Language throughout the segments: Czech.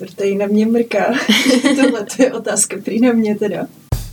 tady na mě mrká. Tohle je otázka prý na mě teda.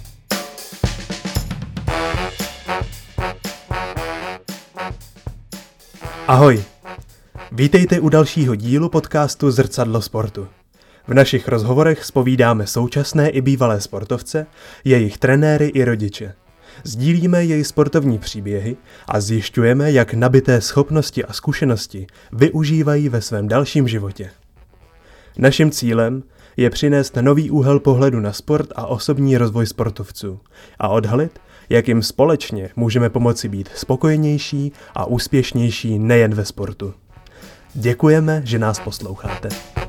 Ahoj! Vítejte u dalšího dílu podcastu Zrcadlo sportu. V našich rozhovorech zpovídáme současné i bývalé sportovce, jejich trenéry i rodiče. Sdílíme jejich sportovní příběhy a zjišťujeme, jak nabité schopnosti a zkušenosti využívají ve svém dalším životě. Naším cílem je přinést nový úhel pohledu na sport a osobní rozvoj sportovců a odhalit, jak jim společně můžeme pomoci být spokojenější a úspěšnější nejen ve sportu. Děkujeme, že nás posloucháte.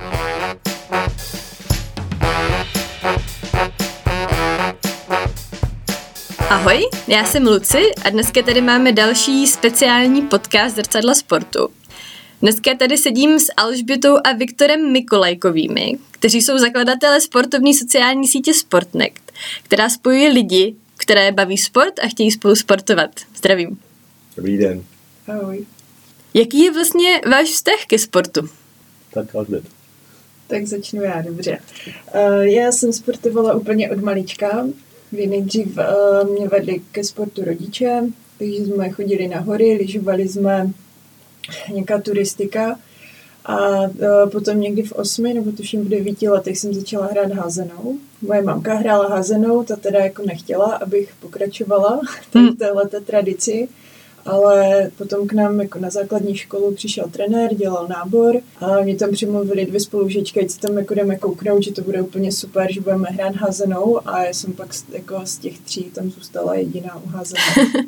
Ahoj, já jsem Luci a dneska tady máme další speciální podcast Zrcadla sportu. Dneska tady sedím s Alžbětou a Viktorem Mikolajkovými, kteří jsou zakladatelé sportovní sociální sítě Sportnect, která spojuje lidi, které baví sport a chtějí spolu sportovat. Zdravím. Dobrý den. Ahoj. Jaký je vlastně váš vztah ke sportu? Tak Alžbět. Tak začnu já, dobře. Já jsem sportovala úplně od malička, kdy nejdřív mě vedli ke sportu rodiče, takže jsme chodili na hory, lyžovali jsme, nějaká turistika a potom někdy v 8 nebo tuším v 9 letech jsem začala hrát házenou. Moje mamka hrála házenou, ta teda jako nechtěla, abych pokračovala v téhleté tradici, ale potom k nám jako na základní školu přišel trenér, dělal nábor a mě tam přimluvili 2 spolužečky, ať se tam jako jdeme kouknout, že to bude úplně super, že budeme hrát házenou a já jsem pak jako z těch 3 tam zůstala jediná u házené.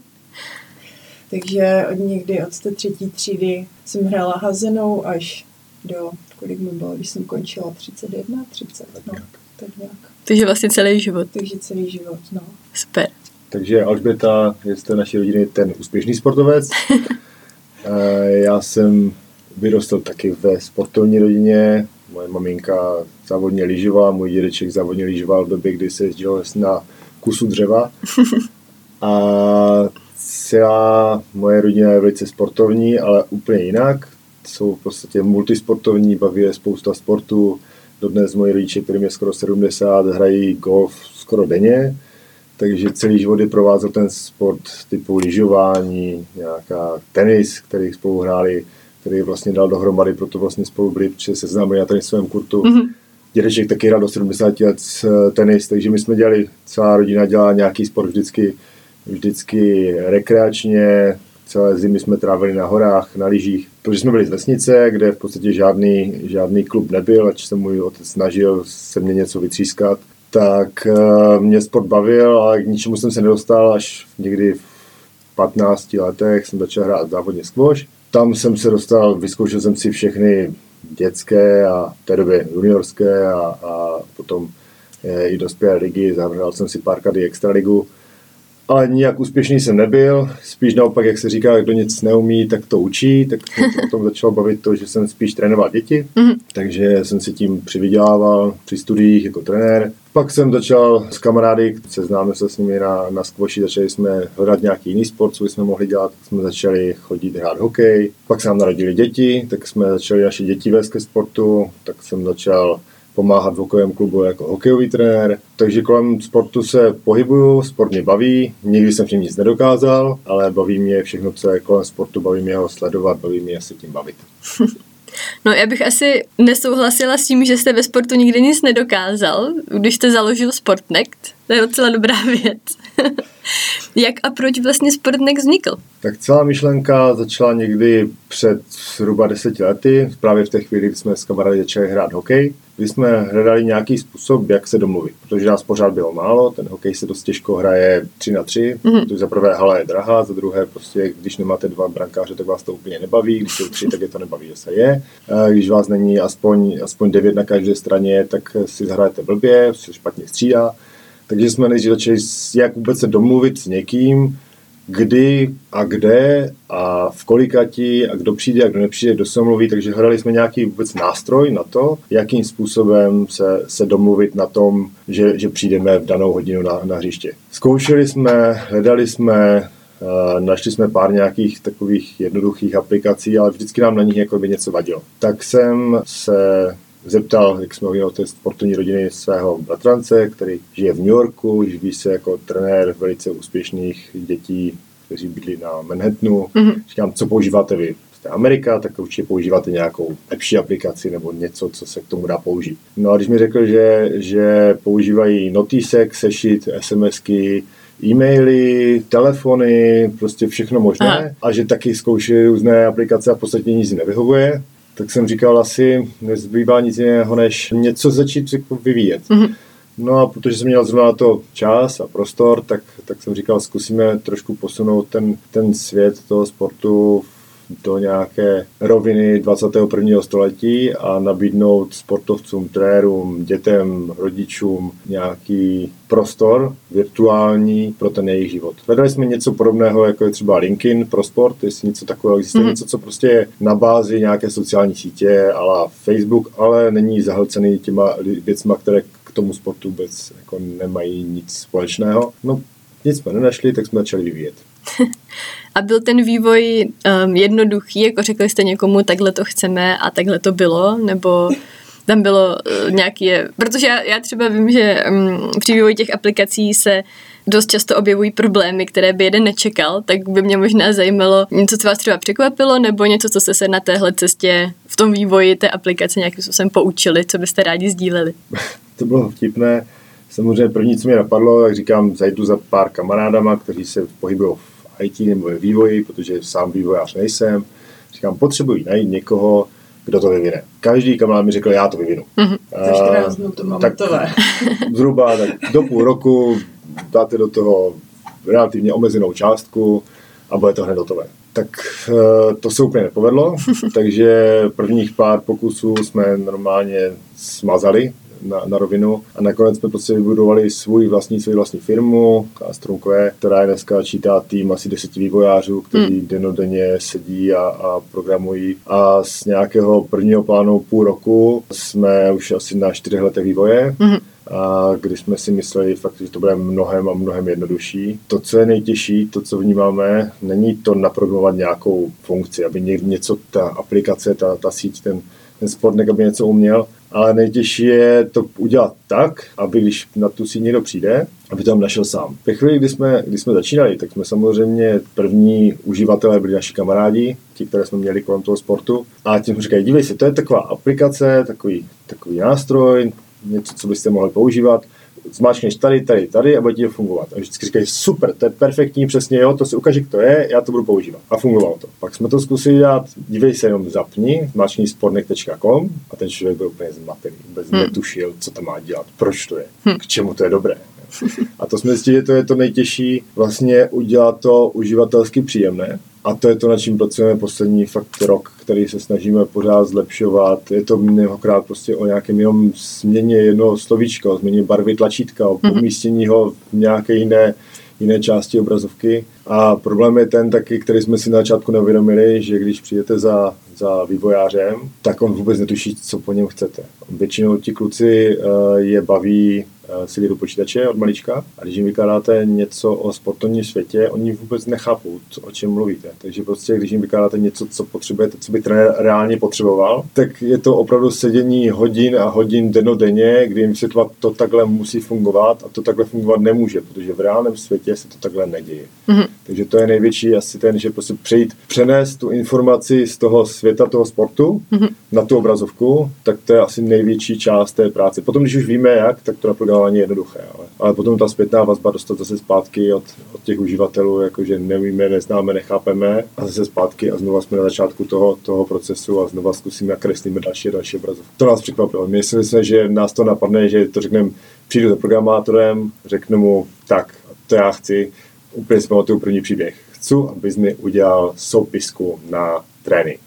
Takže od té 3. třídy jsem hrála házenou až do, kolik mi bylo, když jsem končila, 31, 30, no, tak nějak. Takže vlastně celý život. Takže celý život, no. Super. Takže Alžběta je z té naší rodiny ten úspěšný sportovec. Já jsem vyrostl taky ve sportovní rodině. Moje maminka závodně lyžovala, můj dědeček závodně lyžoval v době, kdy se jezdilo na kusu dřeva. A celá moje rodina je velice sportovní, ale úplně jinak. Jsou v podstatě multisportovní, baví je spousta sportů. Dodnes moji rodiče, kterým je skoro 70, hrají golf skoro denně. Takže celý život je provázel ten sport typu lyžování, nějaká tenis, který spolu hráli, který vlastně dal dohromady, proto vlastně spolu byli, protože se známili na tenisovém kurtu. Dědeček taky hrál do 70 let tenis, takže my jsme celá rodina dělala nějaký sport vždycky rekreačně. Celé zimy jsme trávili na horách, na lyžích, protože jsme byli z vesnice, kde v podstatě žádný klub nebyl, ač se můj otec snažil se mě něco vytřískat. Tak mě sport bavil, ale k ničemu jsem se nedostal, až někdy v 15 letech jsem začal hrát závodně squash. Tam jsem se dostal, vyzkoušel jsem si všechny dětské a v té době juniorské a potom i dospělé ligy, zahrál jsem si párkrát i extraligu. Ale nijak úspěšný jsem nebyl, spíš naopak, jak se říká, kdo nic neumí, tak to učí, tak mě o tom začalo bavit to, že jsem spíš trénoval děti, takže jsem si tím přivydělával při studiích jako trenér. Pak jsem začal s kamarády, seznámil se s nimi na squashi, začali jsme hledat nějaký jiný sport, co jsme mohli dělat, tak jsme začali chodit hrát hokej, pak se nám narodili děti, tak jsme začali naše děti vést ke sportu, tak jsem začal pomáhat v hokejovém klubu jako hokejový trenér. Takže kolem sportu se pohybuju, sport mě baví, nikdy jsem v něm nic nedokázal, ale baví mě všechno, co je kolem sportu, baví mě ho sledovat, baví mě se tím bavit. No, já bych asi nesouhlasila s tím, že jste ve sportu nikdy nic nedokázal, když jste založil Sportnect. To je docela dobrá věc. Jak a proč vlastně Sportnect vznikl? Tak celá myšlenka začala někdy před zhruba 10 lety, právě v té chvíli, kdy jsme s kamarády začali hrát hokej, kdy jsme hledali nějaký způsob, jak se domluvit, protože nás pořád bylo málo, ten hokej se dost těžko hraje 3-3, protože za prvé hala je drahá, za druhé prostě, když nemáte 2 brankáře, tak vás to úplně nebaví, když jsou 3, tak je to nebaví, že se je. Když vás není aspoň 9 na každé straně, tak si zahrajete blbě, se špatně střídá. Takže jsme nejdřív začali, jak vůbec se domluvit s někým, kdy a kde a v kolikati a kdo přijde a kdo nepřijde, kdo se mluví, takže hledali jsme nějaký vůbec nástroj na to, jakým způsobem se domluvit na tom, že přijdeme v danou hodinu na hřiště. Zkoušeli jsme, hledali jsme, našli jsme pár nějakých takových jednoduchých aplikací, ale vždycky nám na nich jako by něco vadilo. Tak jsem se zeptal, jak jsme ho té sportovní rodiny svého bratrance, který žije v New Yorku, živí se jako trenér velice úspěšných dětí, kteří bydlí na Manhattanu. Říkám, co používáte vy? Jste Amerika, tak určitě používáte nějakou lepší aplikaci nebo něco, co se k tomu dá použít. No a když mi řekl, že používají Notisek, sešit, SMSky, e-maily, telefony, prostě všechno možné a že taky zkouší různé aplikace a v podstatě nic nevyhovuje, tak jsem říkal, asi nezbývá nic jiného, než něco začít vyvíjet. No a protože jsem měl zrovna to čas a prostor, tak jsem říkal, zkusíme trošku posunout ten svět toho sportu do nějaké roviny 21. století a nabídnout sportovcům, trenérům, dětem, rodičům nějaký prostor virtuální pro ten jejich život. Hledali jsme něco podobného, jako je třeba LinkedIn pro sport, jestli něco takového existuje, něco, co prostě je na bázi nějaké sociální sítě, ala Facebook, ale není zahlcený těma věcma, které k tomu sportu vůbec jako nemají nic společného. No, nic jsme nenašli, tak jsme začali vyvíjet. A byl ten vývoj jednoduchý, jako řekli jste někomu, takhle to chceme a takhle to bylo, nebo tam bylo nějaké, protože já třeba vím, že při vývoji těch aplikací se dost často objevují problémy, které by jeden nečekal, tak by mě možná zajímalo něco, co vás třeba překvapilo, nebo něco, co jste se na téhle cestě v tom vývoji té aplikace nějakým způsobem poučili, co byste rádi sdíleli. To bylo vtipné. Samozřejmě první, co mě napadlo, tak říkám, zajdu za pár kamarádama, kteří se pohybují v IT nebo ve vývoji, protože sám vývojář nejsem. Říkám, potřebuji najít někoho, kdo to vyvine. Každý kamarád mi řekl, já to vyvinu. Za 14 dnů to mám hotové. Zhruba tak do půl roku dáte do toho relativně omezenou částku a bude to hned hotové. Tak to se úplně nepovedlo, takže prvních pár pokusů jsme normálně smazali na rovinu a nakonec jsme prostě vybudovali svoji vlastní firmu, Strumkové, která je dneska čítá tým asi 10 vývojářů, kteří dennodenně sedí a programují a z nějakého prvního plánu půl roku jsme už asi na 4 letech vývoje. A když jsme si mysleli fakt, že to bude mnohem jednodušší. To, co je nejtěžší, to, co vnímáme, není to naprogramovat nějakou funkci, aby něco, ta aplikace, ta síť, ten sportnek, aby něco uměl, ale nejtěžší je to udělat tak, aby když na tu síť někdo přijde, aby to tam našel sám. Ve chvíli, kdy jsme začínali, tak jsme samozřejmě první uživatelé byli naši kamarádi, ti, které jsme měli kolem toho sportu. A tím říkají, dívej se, to je taková aplikace, takový nástroj, něco, co byste mohli používat. Zmáčkneš tady a bude ti to fungovat. A vždycky říkají, super, to je perfektní, přesně jo, to si ukáže, kdo je, já to budu používat. A fungovalo to. Pak jsme to zkusili dělat, dívej se, jenom zapni, zmáčkni sportnek.com a ten člověk byl úplně zmatený, vůbec netušil, co to má dělat, proč to je, k čemu to je dobré. A to jsme zjistili, že to je to nejtěžší, vlastně udělat to uživatelsky příjemné. A to je to, na čím pracujeme poslední fakt rok, který se snažíme pořád zlepšovat. Je to mnohokrát prostě o nějakém jenom změně jednoho slovíčka, o změně barvy tlačítka, o umístění ho v nějaké jiné části obrazovky. A problém je ten taky, který jsme si na začátku neuvědomili, že když přijdete za vývojářem, tak on vůbec netuší, co po něm chcete. Většinou ti kluci je baví sedět do počítače od malička a když jim vykládáte něco o sportovním světě, oni vůbec nechápou, o čem mluvíte. Takže prostě, když jim vykládáte něco, co potřebujete, co by trenér reálně potřeboval, tak je to opravdu sedění hodin a hodin dennodenně, kdy jim vysvětlovat, to takhle musí fungovat a to takhle fungovat nemůže, protože v reálném světě se to takhle neděje. Takže to je největší asi ten, že prostě přenést tu informaci z toho světa, toho sportu na tu obrazovku, tak to je asi největší část té práce. Potom, když už víme jak, tak to naprogramování je jednoduché, ale potom ta zpětná vazba dostat zase zpátky od těch uživatelů, jakože nevíme, neznáme, nechápeme a zase zpátky a znova jsme na začátku toho procesu a znova zkusíme a kreslíme další obrazovky. To nás překvapilo. Mysleli jsme, že nás to napadne, že to řekneme, přijdu za programátorem, řeknu mu, tak, to já chci, úplně si pamatuju první příběh. Chci, abys mi udělal soupisku na trénink.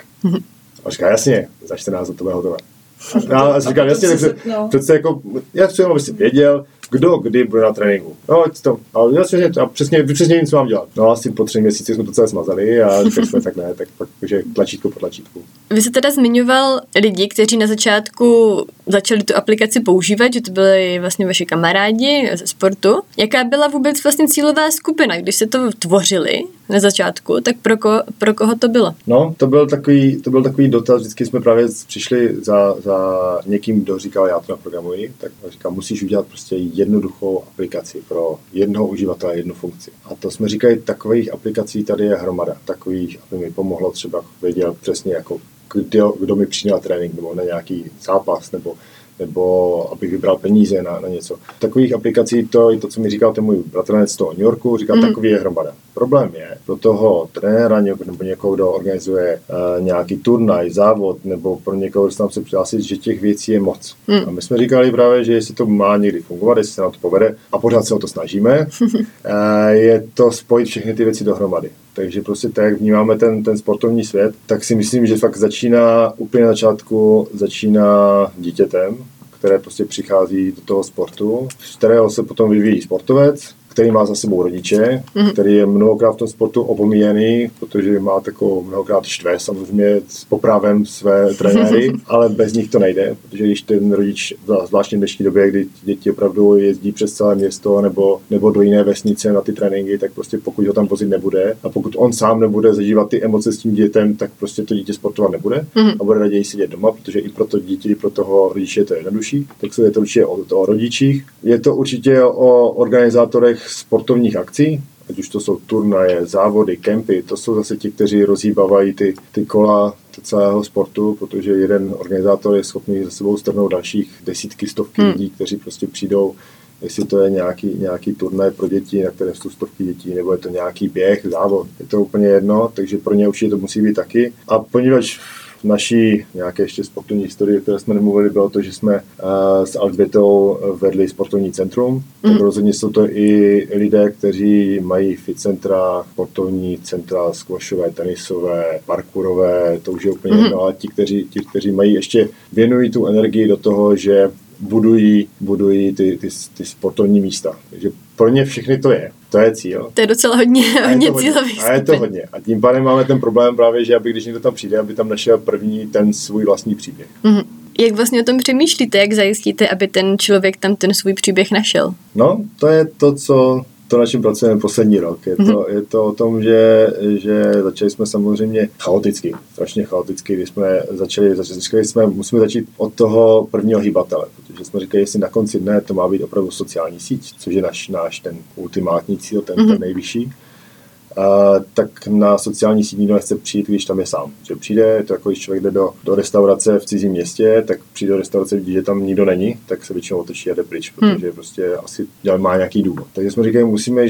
A říká, jasně, za 14 to bude hotové. Já říkám, jasně, přece jako, já chci jenom, aby si věděl, kdo kdy bude na tréninku. No, ale já přesně vím, co mám dělat. No, asi po 3 měsících jsme to celé smazali a říkali jsme tak ne, tak pak, že tlačítko po tlačítku. Vy jste teda zmiňoval lidi, kteří na začátku začali tu aplikaci používat, že to byli vlastně vaši kamarádi ze sportu. Jaká byla vůbec vlastně cílová skupina, když se to tvořili na začátku, tak pro koho to bylo? No, to byl takový dotaz, vždycky jsme právě přišli za někým, kdo říkal, já to naprogramuji, tak říkal, musíš udělat prostě jednoduchou aplikaci pro jednoho uživatele, jednu funkci. A to jsme říkali, takových aplikací tady je hromada, takových, aby mi pomohlo třeba věděl přesně jako kdo mi přijde na trénink nebo na nějaký zápas nebo abych vybral peníze na něco. Takových aplikací, to co mi říkal ten můj bratranec z toho New Yorku, říkal, takový je hromada. Problém je, pro toho trenéra nebo někoho, kdo organizuje nějaký turnaj, závod, nebo pro někoho, kdo se tam se přihlásit, že těch věcí je moc. A my jsme říkali právě, že jestli to má někdy fungovat, jestli se nám to povede, a pořád se o to snažíme, je to spojit všechny ty věci dohromady. Takže prostě tak, jak vnímáme ten sportovní svět, tak si myslím, že fakt začíná úplně na začátku, dítětem, které prostě přichází do toho sportu, z kterého se potom vyvíjí sportovec, který má za sebou rodiče, který je mnohokrát v tom sportu opomíjený, protože má takovou mnohokrát štve samozřejmě s popravem své trenéry, ale bez nich to nejde, protože když ten rodič, zvláště v dnešní době, kdy děti opravdu jezdí přes celé město nebo do jiné vesnice na ty tréninky, tak prostě pokud ho tam vozit nebude a pokud on sám nebude zažívat ty emoce s tím dětem, tak prostě to dítě sportovat nebude a bude raději sedět doma, protože i pro to dítě, i pro toho rodiče je to jednodušší. Tak se je to určitě o rodičích. Je to určitě o organizátorech sportovních akcí, ať už to jsou turnaje, závody, kempy, to jsou zase ti, kteří rozhýbávají ty kola celého sportu, protože jeden organizátor je schopný za sebou strhnout dalších desítky, stovky lidí, kteří prostě přijdou, jestli to je nějaký turnaj pro děti, na které jsou stovky dětí, nebo je to nějaký běh, závod, je to úplně jedno, takže pro ně určitě to musí být taky. A poněvadž v naší nějaké ještě sportovní historii, o které jsme nemluvili, bylo to, že jsme s Alžbětou vedli sportovní centrum. Tak rozhodně jsou to i lidé, kteří mají fit centra, sportovní centra, squashové, tenisové, parkourové, to už je úplně jedno, ale ti, kteří mají ještě věnují tu energii do toho, že budují ty sportovní místa. Takže pro ně všechny to je cíl. To je docela hodně cílových skupin. A je to hodně. A tím pádem máme ten problém právě, že když někdo tam přijde, aby tam našel první ten svůj vlastní příběh. Jak vlastně o tom přemýšlíte? Jak zajistíte, aby ten člověk tam ten svůj příběh našel? No, to je to, na čem pracujeme poslední rok. Je to o tom, že začali jsme samozřejmě strašně chaoticky, když jsme začali musíme začít od toho prvního hýbatele, protože jsme říkali, jestli na konci dne to má být opravdu sociální síť, což je náš ten ultimátní cíl, ten nejvyšší. Tak na sociální síť nikdo nechce přijít, když tam je sám. Že přijde, to jako když člověk jde do restaurace v cizím městě, tak přijde do restaurace, vidí, že tam nikdo není, tak se většinou otočí a jde pryč, protože prostě asi má nějaký důvod. Takže jsme říkali, musíme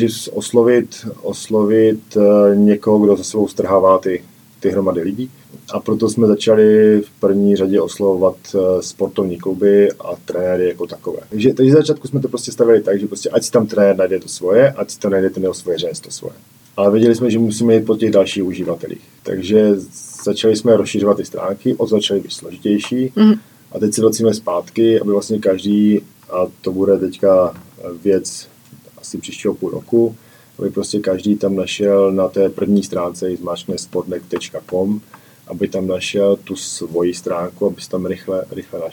oslovit někoho, kdo za sebou strhává ty hromady lidí. A proto jsme začali v první řadě oslovovat sportovní kluby a trenéry jako takové. Takže za začátku jsme to prostě stavili tak, že prostě ať si tam trenér najde to svoje, ať si tam najde ten jeho svěřenec to svoje. Ale věděli jsme, že musíme jít po těch dalších uživatelích. Takže začali jsme rozšiřovat ty stránky, začaly být složitější a teď se vracíme zpátky, aby vlastně každý, a to bude teďka věc asi příštího půl roku, aby prostě každý tam našel na té první stránce, zmáčkne sportnet.com, aby tam našel tu svoji stránku, aby se tam rychle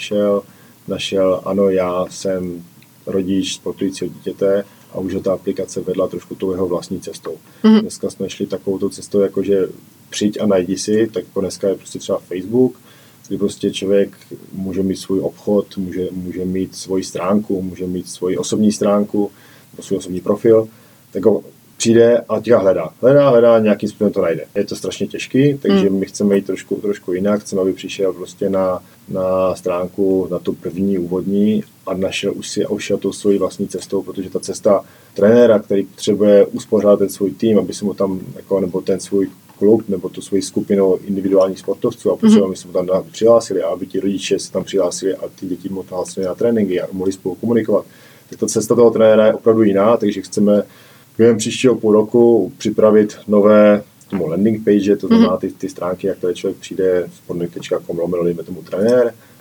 našel, ano, já jsem rodič sportujícího dítěte, a už ta aplikace vedla trošku tou jeho vlastní cestou. Dneska jsme šli takovou cestou, jakože přijď a najdi si, tak jako dneska je prostě třeba Facebook, kdy prostě člověk může mít svůj obchod, může mít svoji stránku, může mít svoji osobní stránku, svůj osobní profil, tak ho přijde a těka hledá, nějakým způsobem to najde. Je to strašně těžký, takže my chceme jít trošku jinak, chceme, aby přišel prostě na stránku, na tu první úvodní a našel tu svoji vlastní cestou, protože ta cesta trenéra, který potřebuje uspořádat ten svůj tým, aby se mu tam, nebo ten svůj klub, nebo tu svoji skupinu individuálních sportovců a potřebuje, aby se mu tam přihlásili a aby ti rodiče se tam přihlásili a ty děti mu hlásili na tréninky a mohli spolu komunikovat. Tak ta cesta toho trenéra je opravdu jiná, takže chceme během příštího půl roku připravit nové landing page, to znamená ty stránky, jak tady člověk přijde sportnet.com, dejme tomu trenér,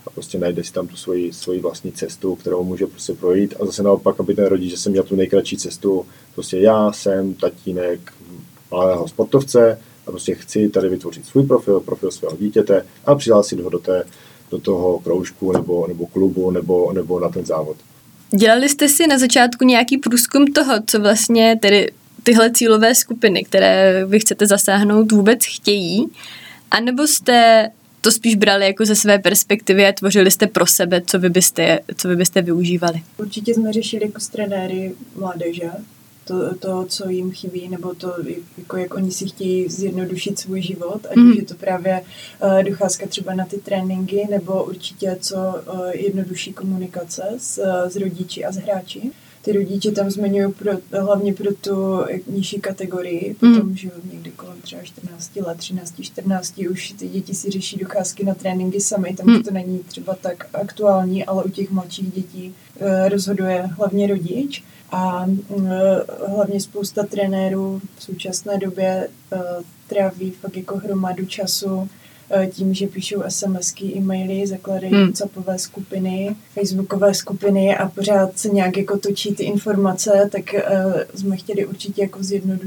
a prostě najde si tam tu svoji vlastní cestu, kterou může prostě projít a zase naopak, aby ten rodič, že jsem měl tu nejkratší cestu, prostě já jsem tatínek malého sportovce a prostě chci tady vytvořit svůj profil svého dítěte a přihlásit ho do toho kroužku nebo klubu nebo na ten závod. Dělali jste si na začátku nějaký průzkum toho, co vlastně tedy tyhle cílové skupiny, které vy chcete zasáhnout, vůbec chtějí? A nebo jste to spíš brali jako ze své perspektivy a tvořili jste pro sebe, co vy byste využívali? Určitě jsme řešili jako s trenéry mládeže, to, co jim chybí, nebo to, jako jak oni si chtějí zjednodušit svůj život, ať už je to právě docházka třeba na ty tréninky, nebo určitě co jednodušší komunikace s rodiči a s hráči. Ty rodiče tam zmiňují hlavně pro tu nižší kategorii, potom, že někdy kolem třeba 14 let, 13-14 už ty děti si řeší docházky na tréninky sami, tam už to není třeba tak aktuální, ale u těch mladších dětí rozhoduje hlavně rodič. A hlavně spousta trenérů v současné době tráví fakt jako hromadu času tím, že píšou SMSky, e-maily, zakladají WhatsAppové skupiny, Facebookové skupiny a pořád se nějak jako točí ty informace, tak jsme chtěli určitě jako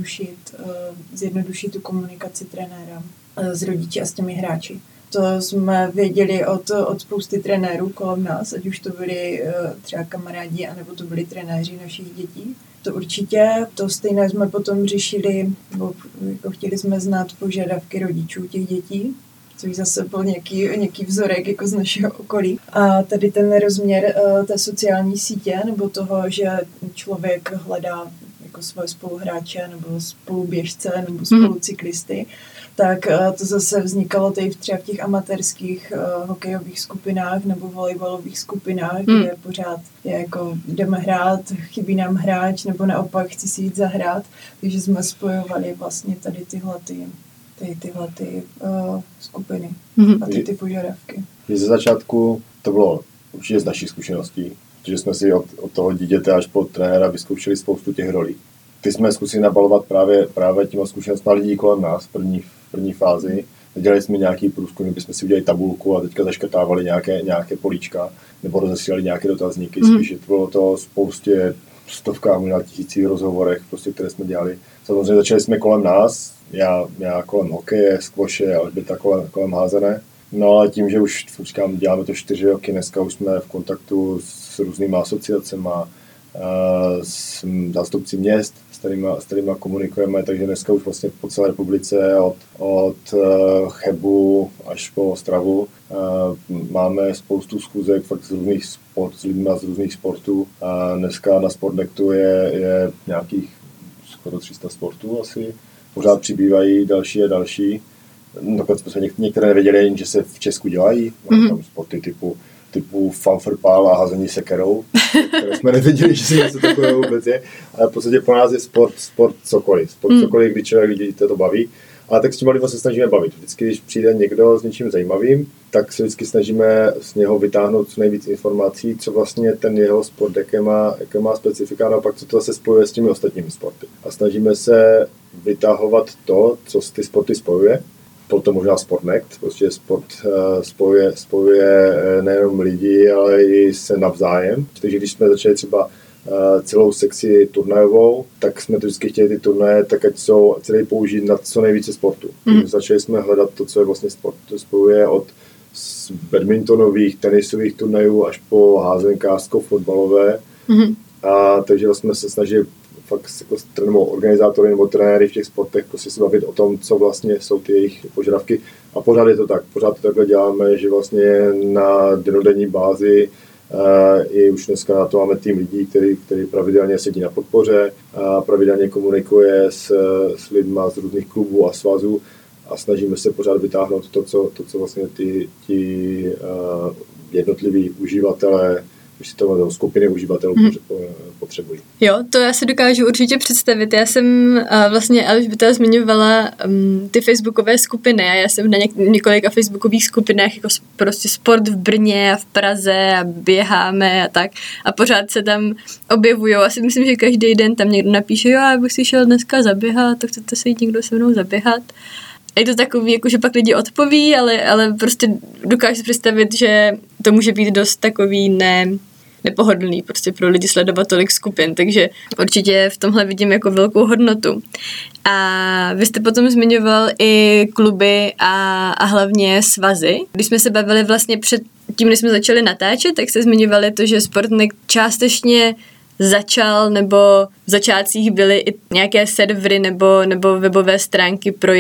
zjednodušit tu komunikaci trenéra s rodiči a s těmi hráči. To jsme věděli od spousty trenérů kolem nás, ať už to byli třeba kamarádi, anebo to byli trenéři našich dětí. To určitě. To stejné jsme potom řešili, nebo jako chtěli jsme znát požadavky rodičů těch dětí, což zase byl nějaký vzorek jako z našeho okolí. A tady ten rozměr té sociální sítě, nebo toho, že člověk hledá jako svoje spoluhráče, nebo spoluběžce, nebo spolucyklisty, tak to zase vznikalo tady třeba v těch amatérských hokejových skupinách nebo volejbalových skupinách, kde pořád je jako jdeme hrát, chybí nám hráč, nebo naopak chci si jít zahrát, takže jsme spojovali vlastně tady tyhle skupiny a ty požadavky. Ze začátku to bylo určitě z našich zkušeností, že jsme si od toho dítěte až po trenéra vyzkoušeli spoustu těch rolí. Ty jsme zkusili nabalovat právě těma zkušenostmi lidí kolem nás v první fázi. Dělali jsme nějaký průzkum, kdybychom si udělali tabulku a teďka zaškrtávali nějaké políčka nebo rozesílali nějaké dotazníky. Spíš bylo to spoustě stovkách, možná tisících rozhovorech, prostě, které jsme dělali. Samozřejmě začali jsme kolem nás, já kolem hokeje, squashe, Alžběta kolem házené. No ale tím, že už říkám, děláme to 4 roky, dneska už jsme v kontaktu s různými asociacemi, s zástupci měst, s kterými komunikujeme, takže dneska už vlastně po celé republice od Chebu až po Ostravu máme spoustu schůzek fakt s lidmi z různých sportů. Dneska na Sportnectu je nějakých skoro 300 sportů asi. Pořád přibývají další a další. Dokonce jsme některé nevěděli, že se v Česku dělají. Tam sporty typu fanfrpál a házení sekerou, které jsme nevěděli, že si něco takového vůbec je. Ale v podstatě pro nás je sport cokoliv. Cokoliv, kdy člověk lidi to baví. Ale tak s těma lidma se snažíme bavit. Vždycky, když přijde někdo s něčím zajímavým, tak se vždycky snažíme z něho vytáhnout co nejvíc informací, co vlastně ten jeho sport, jaké má specifika, a pak co to zase spojuje s těmi ostatními sporty. A snažíme se vytahovat to, co ty sporty spojuje. Proto možná Sportnect, prostě sport spojuje nejenom lidi, ale i se navzájem. Takže když jsme začali třeba celou sekci turnajovou, tak jsme to vždycky chtěli ty turnaje, tak ať dají použít na co nejvíce sportu. Začali jsme hledat to, co je vlastně sport. To spojuje od badmintonových, tenisových turnajů až po házenkářsko, fotbalové. A takže jsme se snažili fakt jako organizátory nebo trenéry v těch sportech prostě si bavit o tom, co vlastně jsou ty jejich požadavky. A pořád je to tak. Pořád to takhle děláme, že vlastně na dennodenní bázi i už dneska na to máme tým lidí, který pravidelně sedí na podpoře a pravidelně komunikuje s lidma z různých klubů a svazů a snažíme se pořád vytáhnout to, co vlastně ti jednotliví uživatelé, když si to skupiny uživatelů potřebují. Jo, to já si dokážu určitě představit. Já jsem vlastně Alžběta zmiňovala ty facebookové skupiny a já jsem na několika facebookových skupinách jako prostě sport v Brně a v Praze a běháme a tak a pořád se tam objevují. Asi myslím, že každý den tam někdo napíše, jo, já bych si šel dneska zaběhat, to chcete se jít někdo se mnou zaběhat. je to takový, jako že pak lidi odpoví, ale prostě dokážu si představit, že to může být dost takový nepohodlný prostě pro lidi sledovat tolik skupin, takže určitě v tomhle vidím jako velkou hodnotu. A vy jste potom zmiňoval i kluby a hlavně svazy. Když jsme se bavili vlastně před tím, než jsme začali natáčet, tak se zmiňovali to, že Sportnek částečně začal, nebo v začátcích byly i nějaké servery nebo webové stránky pro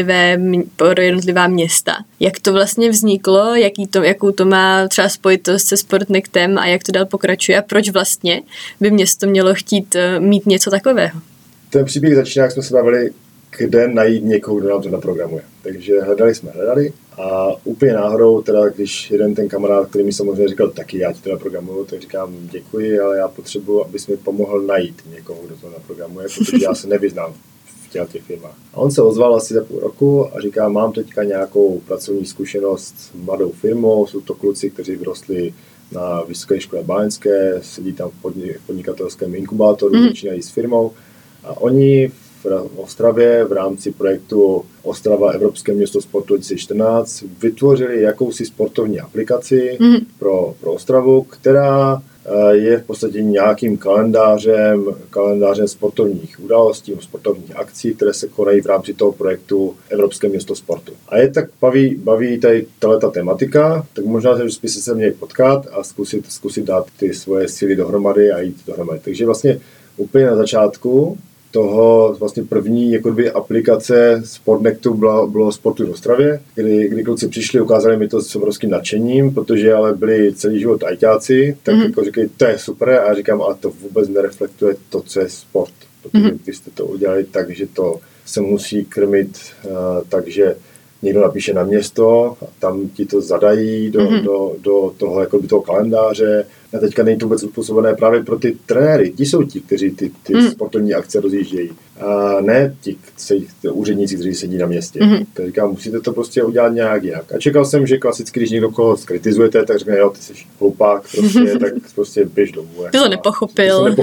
jednotlivá města. Jak to vlastně vzniklo, jakou to má třeba spojitost se Sportnektem a jak to dál pokračuje a proč vlastně by město mělo chtít mít něco takového? Ten příběh začíná, jak jsme se bavili, kde najít někoho, kdo nám to naprogramuje. Takže hledali a úplně náhodou, teda když jeden ten kamarád, který mi samozřejmě říkal, taky já ti to naprogramuju, tak říkám děkuji, ale já potřebuji, abys mi pomohl najít někoho, kdo to naprogramuje, protože já se nevyznám v těch firmách. A on se ozval asi za půl roku a říká, mám teďka nějakou pracovní zkušenost s mladou firmou, jsou to kluci, kteří vyrostli na Vysoké škole báňské, sedí tam v podnikatelském inkubátoru, začínají s firmou a oni v Ostravě v rámci projektu Ostrava Evropské město sportu 2014 vytvořili jakousi sportovní aplikaci pro Ostravu, která je v podstatě nějakým kalendářem sportovních událostí, sportovních akcí, které se konají v rámci toho projektu Evropské město sportu. A je tak baví tady tato tematika, tak možná, že byste se měli potkat a zkusit dát ty svoje síly dohromady a jít dohromady. Takže vlastně úplně na začátku toho vlastně první jakoby aplikace Sportnektu bylo Sportu v Ostravě, kdy kluci přišli, ukázali mi to s obrovským nadšením, protože ale byli celý život ajťáci, tak jako říkají, to je super a já říkám, ale to vůbec nereflektuje to, co je sport, protože vy jste to udělali tak, že to se musí krmit takže někdo napíše na město a tam ti to zadají do toho, jako do toho kalendáře. A teďka není to vůbec způsobené právě pro ty trenéry. Ti jsou ti, kteří ty sportovní akce rozjíždějí. A ne ti úředníci, kteří sedí na městě. Tak říkám, musíte to prostě udělat nějak jinak. A čekal jsem, že klasicky, když někdo koho skritizujete, tak řekne, jo, ty jsi hlupák, prostě, tak prostě běž domů. Ty to nepochopil.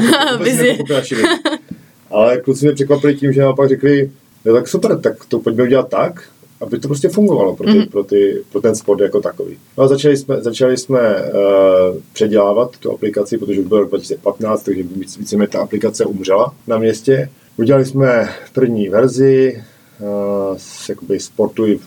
Ale kluci mě překvapili tím, že naopak řekli, jo, tak super, tak to pojďme udělat tak, aby to prostě fungovalo pro ten sport jako takový. No a začali jsme předělávat tu aplikaci, protože už byl rok 2015, takže víceméně ta aplikace umřela na městě. Udělali jsme první verzi, jakoby sportuj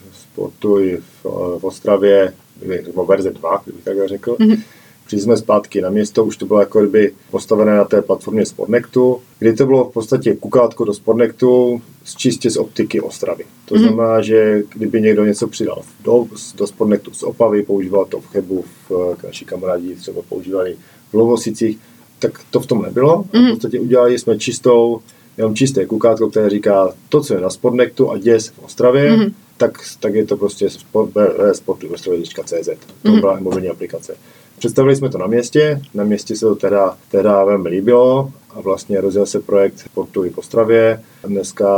v Ostravě, verze 2, kdybych tak řekl. Přišli jsme zpátky na město, už to bylo jako kdyby postavené na té platformě Sportnektu, kdy to bylo v podstatě kukátko do Sportnektu čistě z optiky Ostravy. To znamená, že kdyby někdo něco přidal do Sportnektu z Opavy, používal to v Chebu, naši kamarádi třeba používali v Lovosicích, tak to v tom nebylo. A v podstatě udělali jsme jenom čisté kukátko, které říká to, co je na Sportnektu a děje se v Ostravě, tak je to prostě sportu.ostravě.cz. To byla mobilní aplikace. Představili jsme to na městě se to teda velmi líbilo a vlastně rozjel se projekt Sportu i v Ostravě. Dneska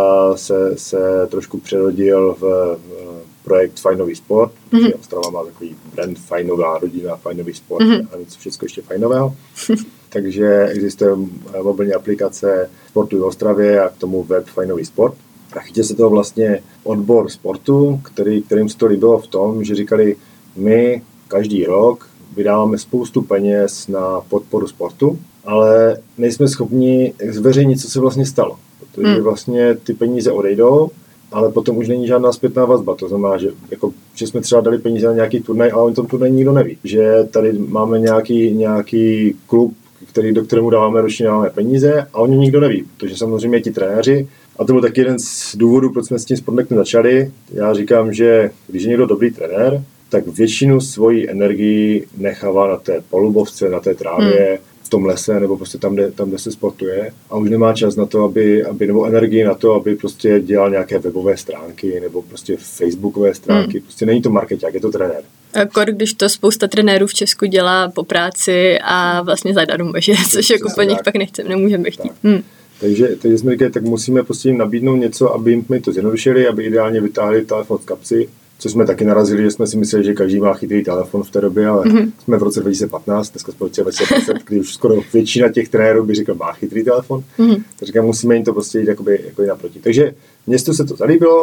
se trošku přerodil v projekt Fajnový sport, protože Ostrava má takový brand Fajnová rodina, Fajnový sport a něco všechno ještě fajnového. Takže existuje mobilní aplikace Sportu v Ostravě a k tomu web Fajnový sport. A chytil se toho vlastně odbor sportu, kterým se to líbilo v tom, že říkali, my každý rok vydáváme spoustu peněz na podporu sportu, ale nejsme schopni zveřejnit, co se vlastně stalo. Protože vlastně ty peníze odejdou, ale potom už není žádná zpětná vazba. To znamená, že jsme třeba dali peníze na nějaký turnaj, ale o tom turnaji nikdo neví. Že tady máme nějaký klub, do kterému dáváme ročně peníze a o něm nikdo neví, protože samozřejmě ti trenéři. A to byl taky jeden z důvodů, proč jsme s tím Sportnektem začali. Já říkám, že když je někdo dobrý trenér, tak většinu svojí energii nechává na té polubovce, na té trávě, v tom lese, nebo prostě tam, kde se sportuje. A už nemá čas na to, nebo energii na to, aby prostě dělal nějaké webové stránky, nebo prostě facebookové stránky. Prostě není to markeťák, je to trenér. Akor, když to spousta trenérů v Česku dělá po práci a vlastně zadarmo, že? Což jako po nich pak nemůžeme chtít. Takže jsme říkali, tak musíme prostě jim nabídnout něco, aby jim to zjednodušili, aby ideálně vytáhli telefon z kapsy, co jsme taky narazili, že jsme si mysleli, že každý má chytrý telefon v té době, ale jsme v roce 2015, dneska jsme v roce 2020, kdy už skoro většina těch trenérů by řekl, má chytrý telefon, tak říkám, musíme jim to prostě jít jako naproti. Takže městu se to zalíbilo,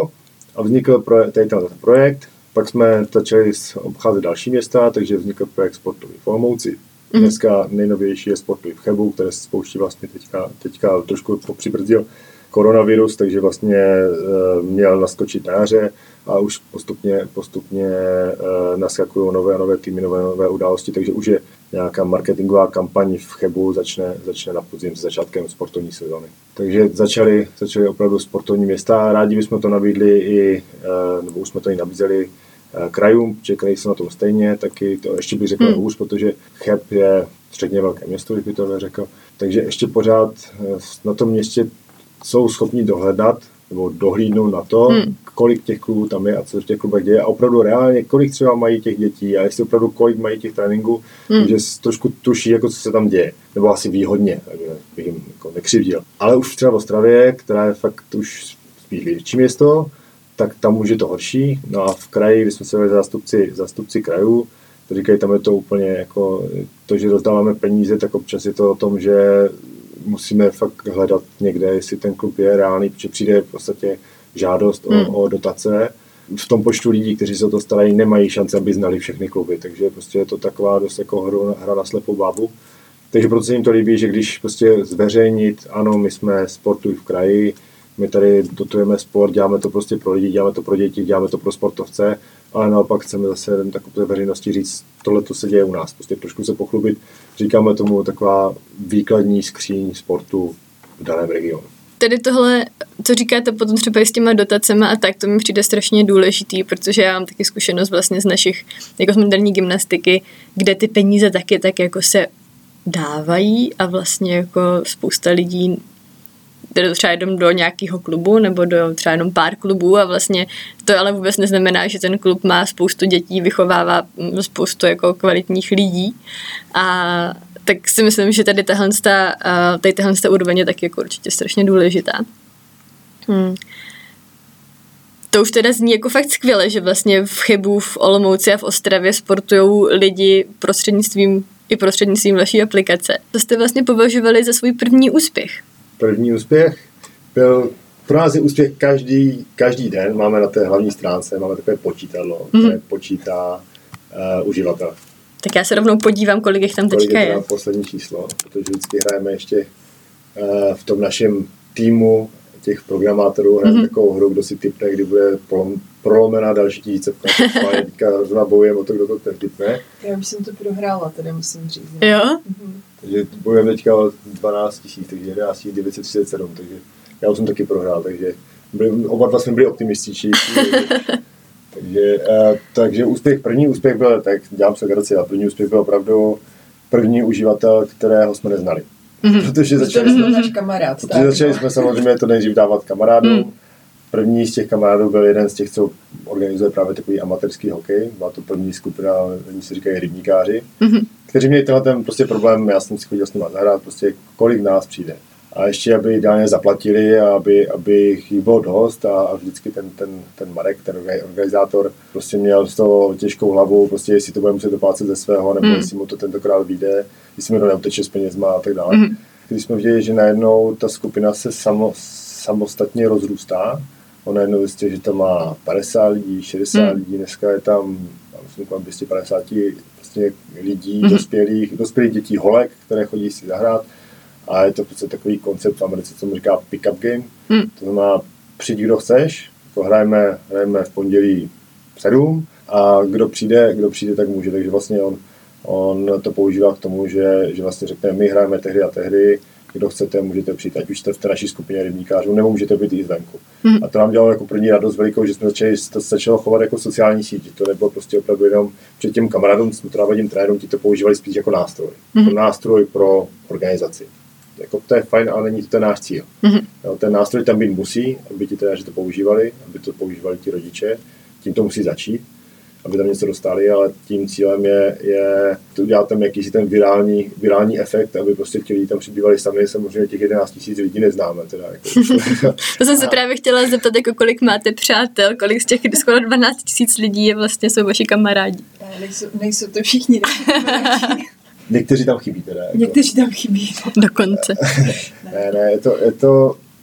A vznikl tady ten projekt, pak jsme začali obcházet další města, takže vznikl projekt sportový v Olomouci. Dneska nejnovější je sportový v Chebu, které se spouští vlastně teďka trošku přibrzdil koronavirus, takže vlastně měl naskočit na jaře a už postupně naskakují nové týmy, nové události, takže už je nějaká marketingová kampaň v Chebu začne na podzim s začátkem sportovní sezóny. Takže začaly opravdu sportovní města, rádi bychom to nabídli nebo už jsme to i nabízeli krajům, protože kraji jsou na tom stejně, taky to ještě bych řekl hůř, protože Cheb je středně velké město, kdyby to řekl, takže ještě pořád na tom městě jsou schopni dohledat nebo dohlídnout na to, kolik těch klubů tam je a co v těch klubech děje a opravdu reálně, kolik třeba mají těch dětí a jestli opravdu kolik mají těch tréninků, že trošku tuší, jako co se tam děje. Nebo asi výhodně, takže bych jim jako nekřivdil. Ale už třeba v Ostravě, která je fakt už spíš větší město, tak tam už je to horší. No a v kraji, když jsme se byli zástupci krajů, to říkají, tam je to úplně jako to, že rozdáváme peníze, tak občas je to o tom, že musíme fakt hledat někde, jestli ten klub je reálný, protože přijde v podstatě žádost o dotace. V tom počtu lidí, kteří se o to starají, nemají šance, aby znali všechny kluby, takže prostě je to taková dost jako hra na slepou bábu. Takže proto se jim to líbí, že když prostě zveřejnit, ano, my jsme sportují v kraji, my tady dotujeme sport, děláme to prostě pro lidi, děláme to pro děti, děláme to pro sportovce, ale naopak chceme zase takové veřejnosti říct, tohle to se děje u nás, prostě trošku se pochlubit, říkáme tomu taková výkladní skříň sportu v daném regionu. Tedy tohle, co říkáte potom třeba i s těma dotacemi a tak, to mi přijde strašně důležitý, protože já mám taky zkušenost vlastně z našich, jako z moderní gymnastiky, kde ty peníze taky tak jako se dávají a vlastně jako spousta lidí jde třeba jenom do nějakého klubu nebo do třeba jenom pár klubů a vlastně to ale vůbec neznamená, že ten klub má spoustu dětí, vychovává spoustu jako kvalitních lidí a tak si myslím, že tady tahle úroveň je taky jako určitě strašně důležitá. To už teda zní jako fakt skvěle, že vlastně v Chebu, v Olomouci a v Ostravě sportujou lidi prostřednictvím vaší aplikace. Co jste vlastně považovali za svůj první úspěch? První úspěch byl pro nás je úspěch každý den. Máme na té hlavní stránce máme takové počítadlo, které počítá uživatel. Tak já se rovnou podívám, kolik jich tam teďka je. Poslední číslo, protože vždycky hrajeme ještě v tom našem týmu těch programátorů hrajeme takovou hru, kdo si tipne, kdy bude prolomená další tisícovka. Teďka zrovna bojujeme o to, kdo to ten tipne. Já už jsem to prohrála, tedy musím říct. Jo? Takže bojujeme teďka o 12 000, takže 11 937, takže já už jsem taky prohrál, takže oba dva jsme byli optimističtí. Takže první úspěch byl, tak dělám se graci, ale první úspěch byl opravdu první uživatel, kterého jsme neznali. Protože začali jsme samozřejmě to nejdřív dávat kamarádům. První z těch kamarádů byl jeden z těch, co organizuje právě takový amatérský hokej. Byla to první skupina, oni se říkají rybníkáři, kteří měli ten prostě problém, já jsem si chodil s nimi zahrát, prostě kolik nás přijde. A ještě, aby ideálně zaplatili, aby jich bylo dost a vždycky ten Marek, ten organizátor, prostě měl z toho těžkou hlavu, prostě jestli to bude muset doplácet ze svého, nebo jestli mu to tentokrát vyjde, jestli mi to neuteče s penězma a tak dále. Když jsme viděli, že najednou ta skupina se samostatně rozrůstá, on najednou zjistil, že tam má 50 lidí, 60 lidí, dneska je tam, myslím, 250 vlastně lidí, dospělých dětí, holek, které chodí si zahrát. A je to prostě takový koncept v Americe, co mu říká pick-up game. To znamená, přijď, kdo chceš, to hrajeme v pondělí 7 a kdo přijde, tak může. Takže vlastně on to používá k tomu, že vlastně řekne, my hrajeme tehdy a tehdy, kdo chcete, můžete přijít, ať už jste v té naší skupině rybníkářů, nebo můžete být i zvenku. A to nám dělalo jako první radost velikou, že jsme začali chovat jako sociální síť. To nebylo prostě opravdu jenom před těm kamarádům, jsme to návodím trenérům, ti to používali spíš jako nástroj. Jako nástroj pro organizaci. Jako to je fajn, ale není to ten náš cíl. Jo, ten nástroj tam být musí, aby ti trenéři to používali, aby to používali ti rodiče. Tím to musí začít, aby tam něco dostali, ale tím cílem je udělat tam jakýsi ten virální efekt, aby prostě ti lidi tam přibývali sami. Samozřejmě těch 11 000 lidí neznáme. Teda, jako. To jsem se právě chtěla zeptat, jako kolik máte přátel, kolik z těch skoro 12 000 lidí je vlastně jsou vaši kamarádi. Nejsou to všichni kamarádi. Někteří tam chybí teda. Jako. Někteří tam chybí. Dokonce. ne, je to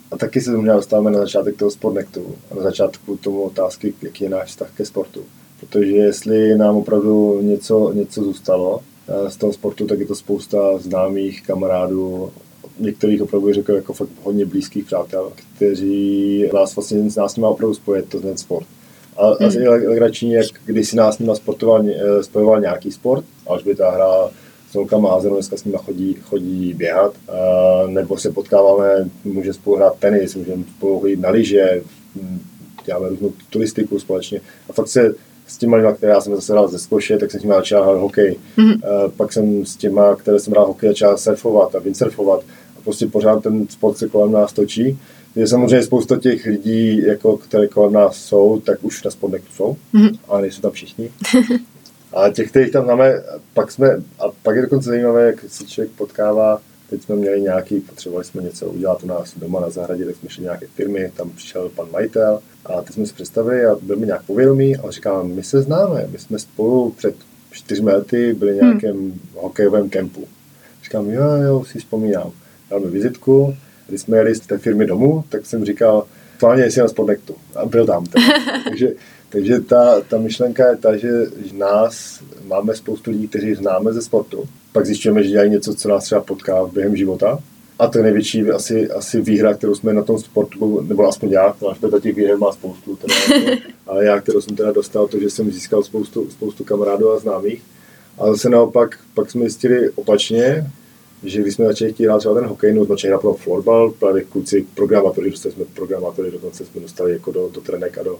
A taky se možná dostáváme na začátek toho Sportnectu a na začátku tomu otázky, jaký je náš vztah ke sportu. Protože jestli nám opravdu něco zůstalo z toho sportu, tak je to spousta známých kamarádů, některých opravdu řekl jako fakt hodně blízkých přátel, kteří nás vlastně s nás nima opravdu spojit, to ten sport. A asi legrační, jak když si nás s nima spojoval nějaký sport, Alžběta hrála s holkama a dneska s nima chodí běhat, nebo se potkáváme, můžeme spolu hrát tenis, můžeme spolu jít na lyže, děláme různou turistiku společně. A fakt se s těma, které já jsem zase hrál ze squashe, tak jsem s nimi začal hrát hokej. Pak jsem s těma, které jsem hrál hokej, začal surfovat a windsurfovat. A prostě pořád ten sport se kolem nás točí. Je samozřejmě spousta těch lidí, jako, které kolem nás jsou, tak už na Sportnectu jsou, ale nejsou tam všichni. A těch, kterých tam máme, pak je dokonce zajímavé, jak se člověk potkává. Teď jsme měli potřebovali jsme něco udělat u nás doma na zahradě, tak jsme šli nějaké firmy, tam přišel pan majitel a teď jsme se představili a byl mi nějak povědomý, ale říkám, my se známe, my jsme spolu před 4 lety byli v nějakém hokejovém kempu. Říkám, jo, si vzpomínám. Dal mi vizitku, když jsme jeli z té firmy domů, tak jsem říkal, plánně jsi na Sportnectu a byl tam. Takže ta myšlenka je ta, že máme spoustu lidí, kteří známe ze sportu. Pak zjišťujeme, že dělají něco, co nás třeba potká během života. A to je největší asi výhra, kterou jsme na tom sportu, nebo aspoň já, protože těch výher má spoustu, ale já, kterou jsem teda dostal, to, že jsem získal spoustu kamarádů a známých. A zase naopak, pak jsme zjistili opačně, že když jsme začali chtít hrát třeba ten hokej, jsme začali hrát florbal, právě kluci programátoři, dostali jsme programátory, dokonce jsme dostali jako do trenek a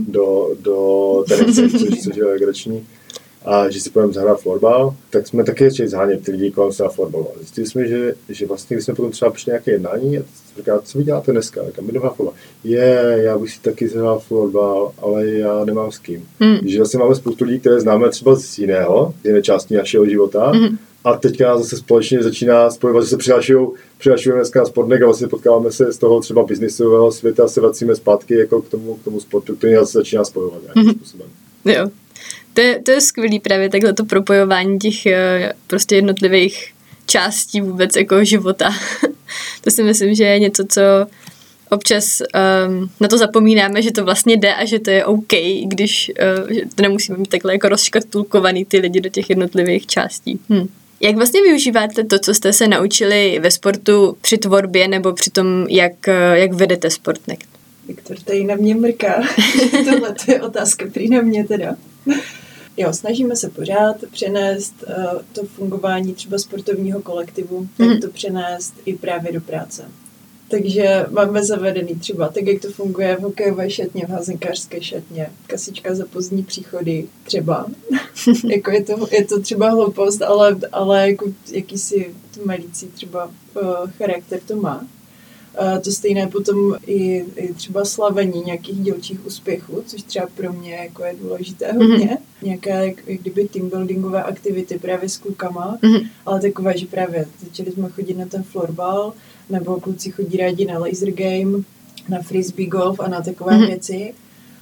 do tenise, což je legrační. A že si půjdeme zahrát florbal, tak jsme taky začali zhánět ty lidi kolem se na florbalu. A zjistili jsme, že vlastně, když jsme potom třeba přišli nějaké jednání, a říkali, co vy děláte dneska? Tak my jdeme na florbal. Já bych si taky zahrál florbal, ale já nemám s kým. Že vlastně máme spoustu lidí, které známe třeba z jiné části našeho života. A teďka nás zase společně začíná spojovat, že se přihlašujeme dneska na Sportnec a vlastně potkáváme se z toho třeba biznisového světa, se vracíme zpátky jako k tomu sportu, který nás začíná spojovat nějakým způsobem. Jo. To je skvělý právě takhle to propojování těch prostě jednotlivých částí vůbec jako života. To si myslím, že je něco, co občas na to zapomínáme, že to vlastně jde a že to je OK, když že to nemusíme mít takhle jako rozškatulkovaný ty lidi do těch jednotlivých částí. Jak vlastně využíváte to, co jste se naučili ve sportu při tvorbě nebo při tom, jak vedete Sportnect? Viktor tady na mě mrká. Tohle je otázka prý na mě teda. Jo, snažíme se pořád přenést to fungování třeba sportovního kolektivu, tak to přenést i právě do práce. Takže máme zavedený třeba tak, jak to funguje v hokejové šatně, v házenkářské šatně, kasička za pozdní příchody třeba. Jako je to třeba hloupost, ale jako jakýsi tmelící třeba charakter to má. To stejné potom i třeba slavení nějakých dílčích úspěchů, což třeba pro mě jako je důležité hodně. Nějaké jak kdyby teambuildingové aktivity právě s klukama, ale takové, že právě začali jsme chodit na ten florbal, nebo kluci chodí rádi na laser game, na frisbee golf a na takové věci.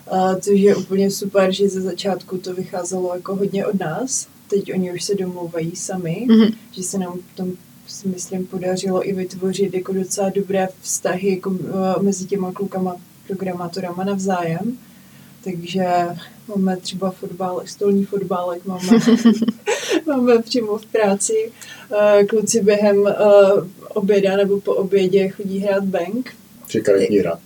Což je úplně super, že ze začátku to vycházelo jako hodně od nás. Teď oni už se domlouvají sami, že se nám tam si myslím podařilo i vytvořit jako docela dobré vztahy jako mezi těma klukama programátorama navzájem. Takže máme třeba stolní fotbálek, máme přímo v práci. Kluci během oběda nebo po obědě chodí hrát bank. Či karetní hra.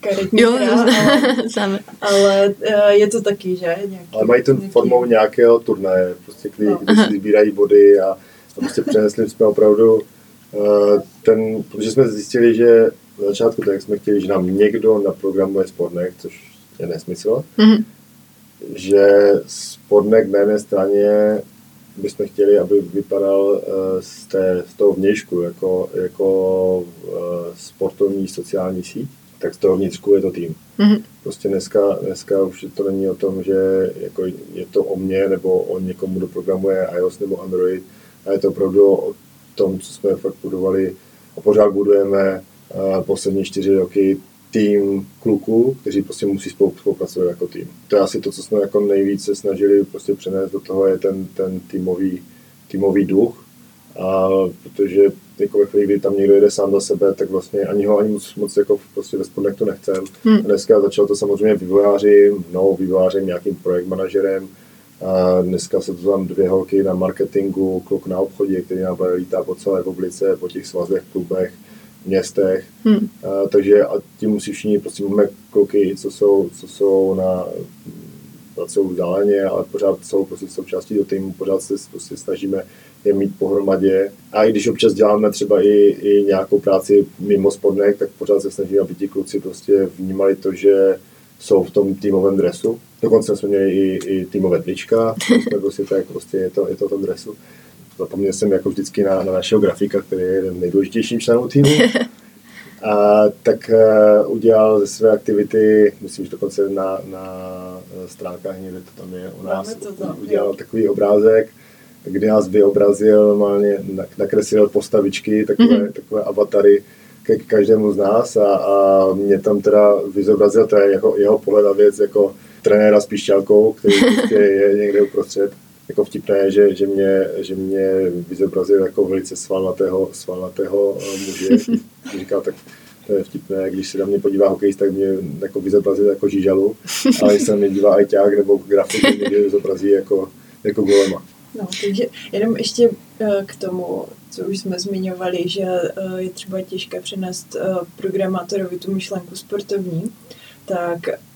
Ale je to taky, že? Ale mají to formou nějakého turnaje, prostě když si sbírají body a prostě přenesli jsme opravdu protože jsme zjistili, že na začátku tak jsme chtěli, že nám někdo naprogramuje Sportnec, což je nesmysl, že Sportnec na jedné straně bychom chtěli, aby vypadal z toho vnějšku jako sportovní sociální síť, tak z toho vnitřku je to tým. Prostě dneska už to není o tom, že jako je to o mně nebo o někomu, kdo programuje iOS nebo Android, a je to opravdu o tom, co jsme fakt budovali a pořád budujeme poslední 4 roky tým kluků, kteří prostě musí spolupracovat jako tým. To je asi to, co jsme jako nejvíce snažili prostě přenést do toho, je ten týmový duch A protože jako ve chvíli, kdy tam někdo jede sám za sebe, tak vlastně ani moc jako prostě ve Sportnectu nechcem. Dneska začalo to samozřejmě vývojářem, nějakým projekt manažerem. A dneska se to tam 2 holky na marketingu, kluk na obchodě, který nám lítá po celé republice, po těch svazech, klubech, městech. Takže a tím musí všichni, prostě máme kluky, co jsou pracují vzdáleně, ale pořád jsou prostě součástí do týmu, pořád se prostě snažíme je mít pohromadě. A i když občas děláme třeba i nějakou práci mimo Sportnect, tak pořád se snažíme, aby ti kluci prostě vnímali to, že jsou v tom týmovém dresu. Dokonce jsme měli i týmové trička, prostě tak prostě je to v tom dresu. Zapomněl jsem jako vždycky na našeho grafika, který je jeden nejdůležitějším členů týmu. A tak udělal ze své aktivity, myslím, že dokonce na stránkách někde to tam je u nás, udělal takový obrázek, kdy nás vyobrazil, normálně nakreslil postavičky, takové avatary ke každému z nás a mě tam teda vyzobrazil, to je jeho pohled na věc jako trenéra s píšťalkou, který prostě je někde uprostřed. Jako vtipné, že mě vyzobrazil jako velice svalnatého muže. Říkal, tak to je vtipné, když se na mě podívá hokejista, tak mě jako vyzobrazil jako žížalu, ale když se na mě dívá ajťák nebo grafik, mě vyzobrazí jako golema. No, takže jenom ještě k tomu, co už jsme zmiňovali, že je třeba těžké přenést programátorovi tu myšlenku sportovní, tak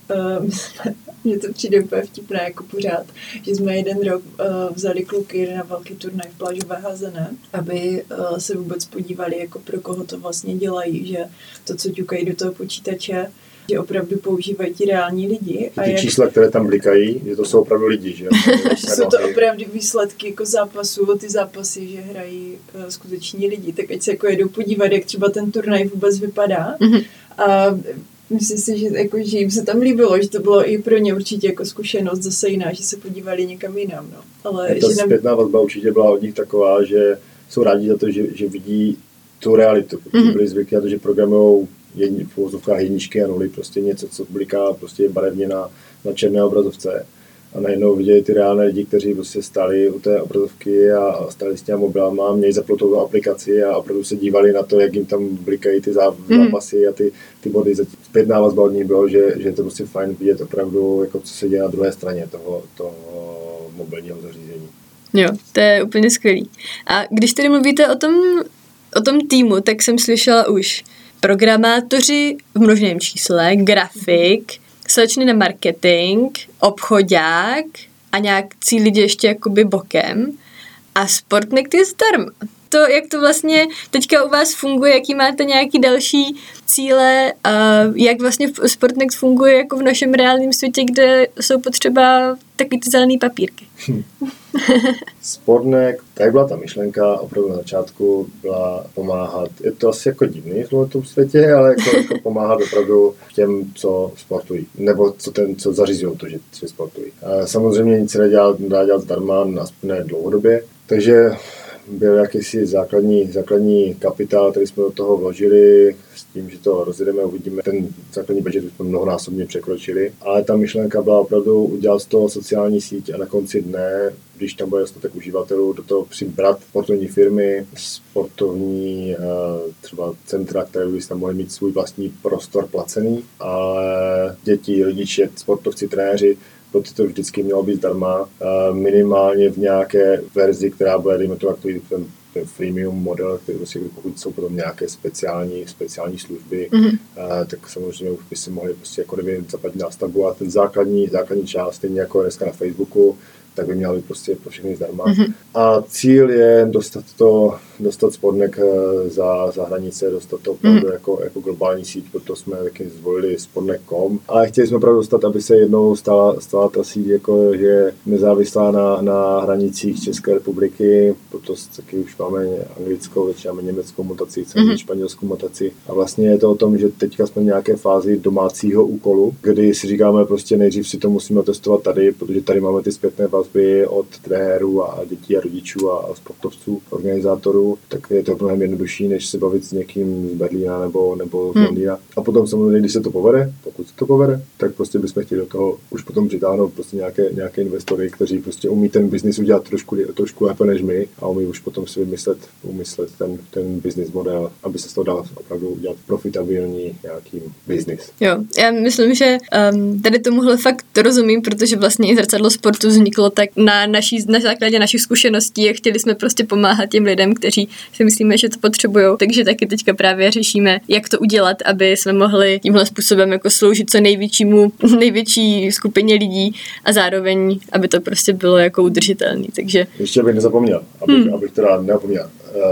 mně to přijde úplně vtipné jako pořád, že jsme jeden rok vzali kluky na velký turnaj v plážové házené, aby se vůbec podívali, jako pro koho to vlastně dělají, že to, co ťukají do toho počítače, že opravdu používají ti reální lidi. A ty čísla, které tam blikají, že to jsou opravdu lidi, že? Že jsou to opravdu výsledky jako zápasů, ty zápasy, že hrají skuteční lidi, tak ať se jako jedou podívat, jak třeba ten turnaj vůbec vypadá. A myslím si, že jim se tam líbilo, že to bylo i pro ně určitě jako zkušenost zase jiná, že se podívali někam jinam. No. Ale ta zpětná vazba určitě byla od nich taková, že jsou rádi za to, že vidí tu realitu. Protože byli zvyklí na to, že programujou v uvozovkách jedničky a nuly, prostě něco, co bliká prostě barevně na černé obrazovce. A najednou viděli ty reálné lidi, kteří prostě stáli u té obrazovky a stáli s těmi mobilama, měli zapnutou aplikaci a opravdu se dívali na to, jak jim tam blikají ty zápasy a ty body. Zpětná vazba od nich bylo, že je to prostě fajn vidět opravdu, jako co se děje na druhé straně toho mobilního zařízení. Jo, to je úplně skvělý. A když tedy mluvíte o tom týmu, tak jsem slyšela už programátoři v množném čísle, grafik, slečny na marketing, obchodák a nějaký lidi ještě jakoby bokem a Sportnect je zdarma. To, jak to vlastně teďka u vás funguje, jaký máte nějaký další cíle a jak vlastně Sportnect funguje jako v našem reálném světě, kde jsou potřeba takový ty zelený papírky. Sportnect, tak byla ta myšlenka, opravdu na začátku byla pomáhat. Je to asi jako divný v tom světě, ale jako pomáhat opravdu těm, co sportují, nebo co zařizují to, že sportují. A samozřejmě nic se nedá dělat zdarma, aspoň ne dlouhodobě, takže byl jakýsi základní kapitál, který jsme do toho vložili, s tím, že to rozjedeme, uvidíme. Ten základní budget jsme mnohonásobně překročili, ale ta myšlenka byla opravdu udělat z toho sociální síť a na konci dne, když tam bude dostatek uživatelů, do toho přibrat sportovní firmy, sportovní třeba centra, které by tam mohly mít svůj vlastní prostor placený, ale děti, rodiče, sportovci, trenéři, proto to vždycky mělo být zdarma, minimálně v nějaké verzi, která bude, dejme to, ten freemium model, který prostě, pokud jsou potom nějaké speciální služby, tak samozřejmě už by si mohli prostě jako kdyby zaplatit nástavbu a ten základní část, stejně jako dneska na Facebooku, tak by měla být prostě pro všechny zdarma. A cíl je dostat Sportnect za hranice, dostat to opravdu jako globální síť, proto jsme taky zvolili Sportnect.com. Ale chtěli jsme opravdu dostat, aby se jednou stala ta síť, jako že nezávislá na hranicích České republiky, proto taky už máme anglickou, teď máme německou mutaci, chceme španělskou mutaci. A vlastně je to o tom, že teďka jsme v nějaké fázi domácího úkolu, kdy si říkáme prostě nejdřív si to musíme testovat tady, protože tady máme ty zpětné vazby vazby od trenérů a dětí a rodičů a sportovců, organizátorů, tak je to mnohem jednodušší, než se bavit s někým z Berlína nebo z Londýna. A potom samozřejmě, když se to povede, pokud se to povede, tak prostě bychom chtěli do toho už potom přitáhnout prostě nějaké investory, kteří prostě umí ten biznis udělat trošku lépe než my a umí už potom si vymyslet ten business model, aby se z toho dal opravdu udělat profitabilní nějaký biznis. Jo, já myslím, že tady tomuhle fakt rozumím, protože vlastně i Zrcadlo sportu vzniklo tak na základě našich zkušeností a chtěli jsme prostě pomáhat těm lidem, kteří si myslíme, že to potřebují. Takže taky teďka právě řešíme, jak to udělat, aby jsme mohli tímhle způsobem jako sloužit co největší skupině lidí a zároveň, aby to prostě bylo jako udržitelný. Takže ještě bych nezapomněl, abych teda neopomněl.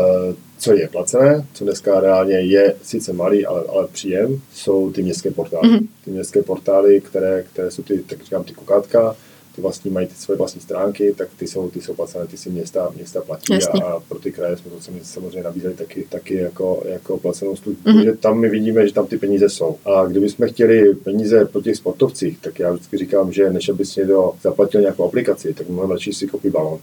Co je placené, co dneska reálně je sice malý, ale příjem, jsou ty městské portály. Ty městské portály, které jsou tak říkám, ty kukátka, ty vlastní mají ty svoje vlastní stránky, tak ty jsou placené, ty si města platí a pro ty kraje jsme to samozřejmě nabízeli taky jako placenou službu. Takže tam my vidíme, že tam ty peníze jsou. A kdybychom chtěli peníze po těch sportovcích, tak já vždycky říkám, že než aby si někdo zaplatil nějakou aplikaci, tak mnohem radši si koupí balón,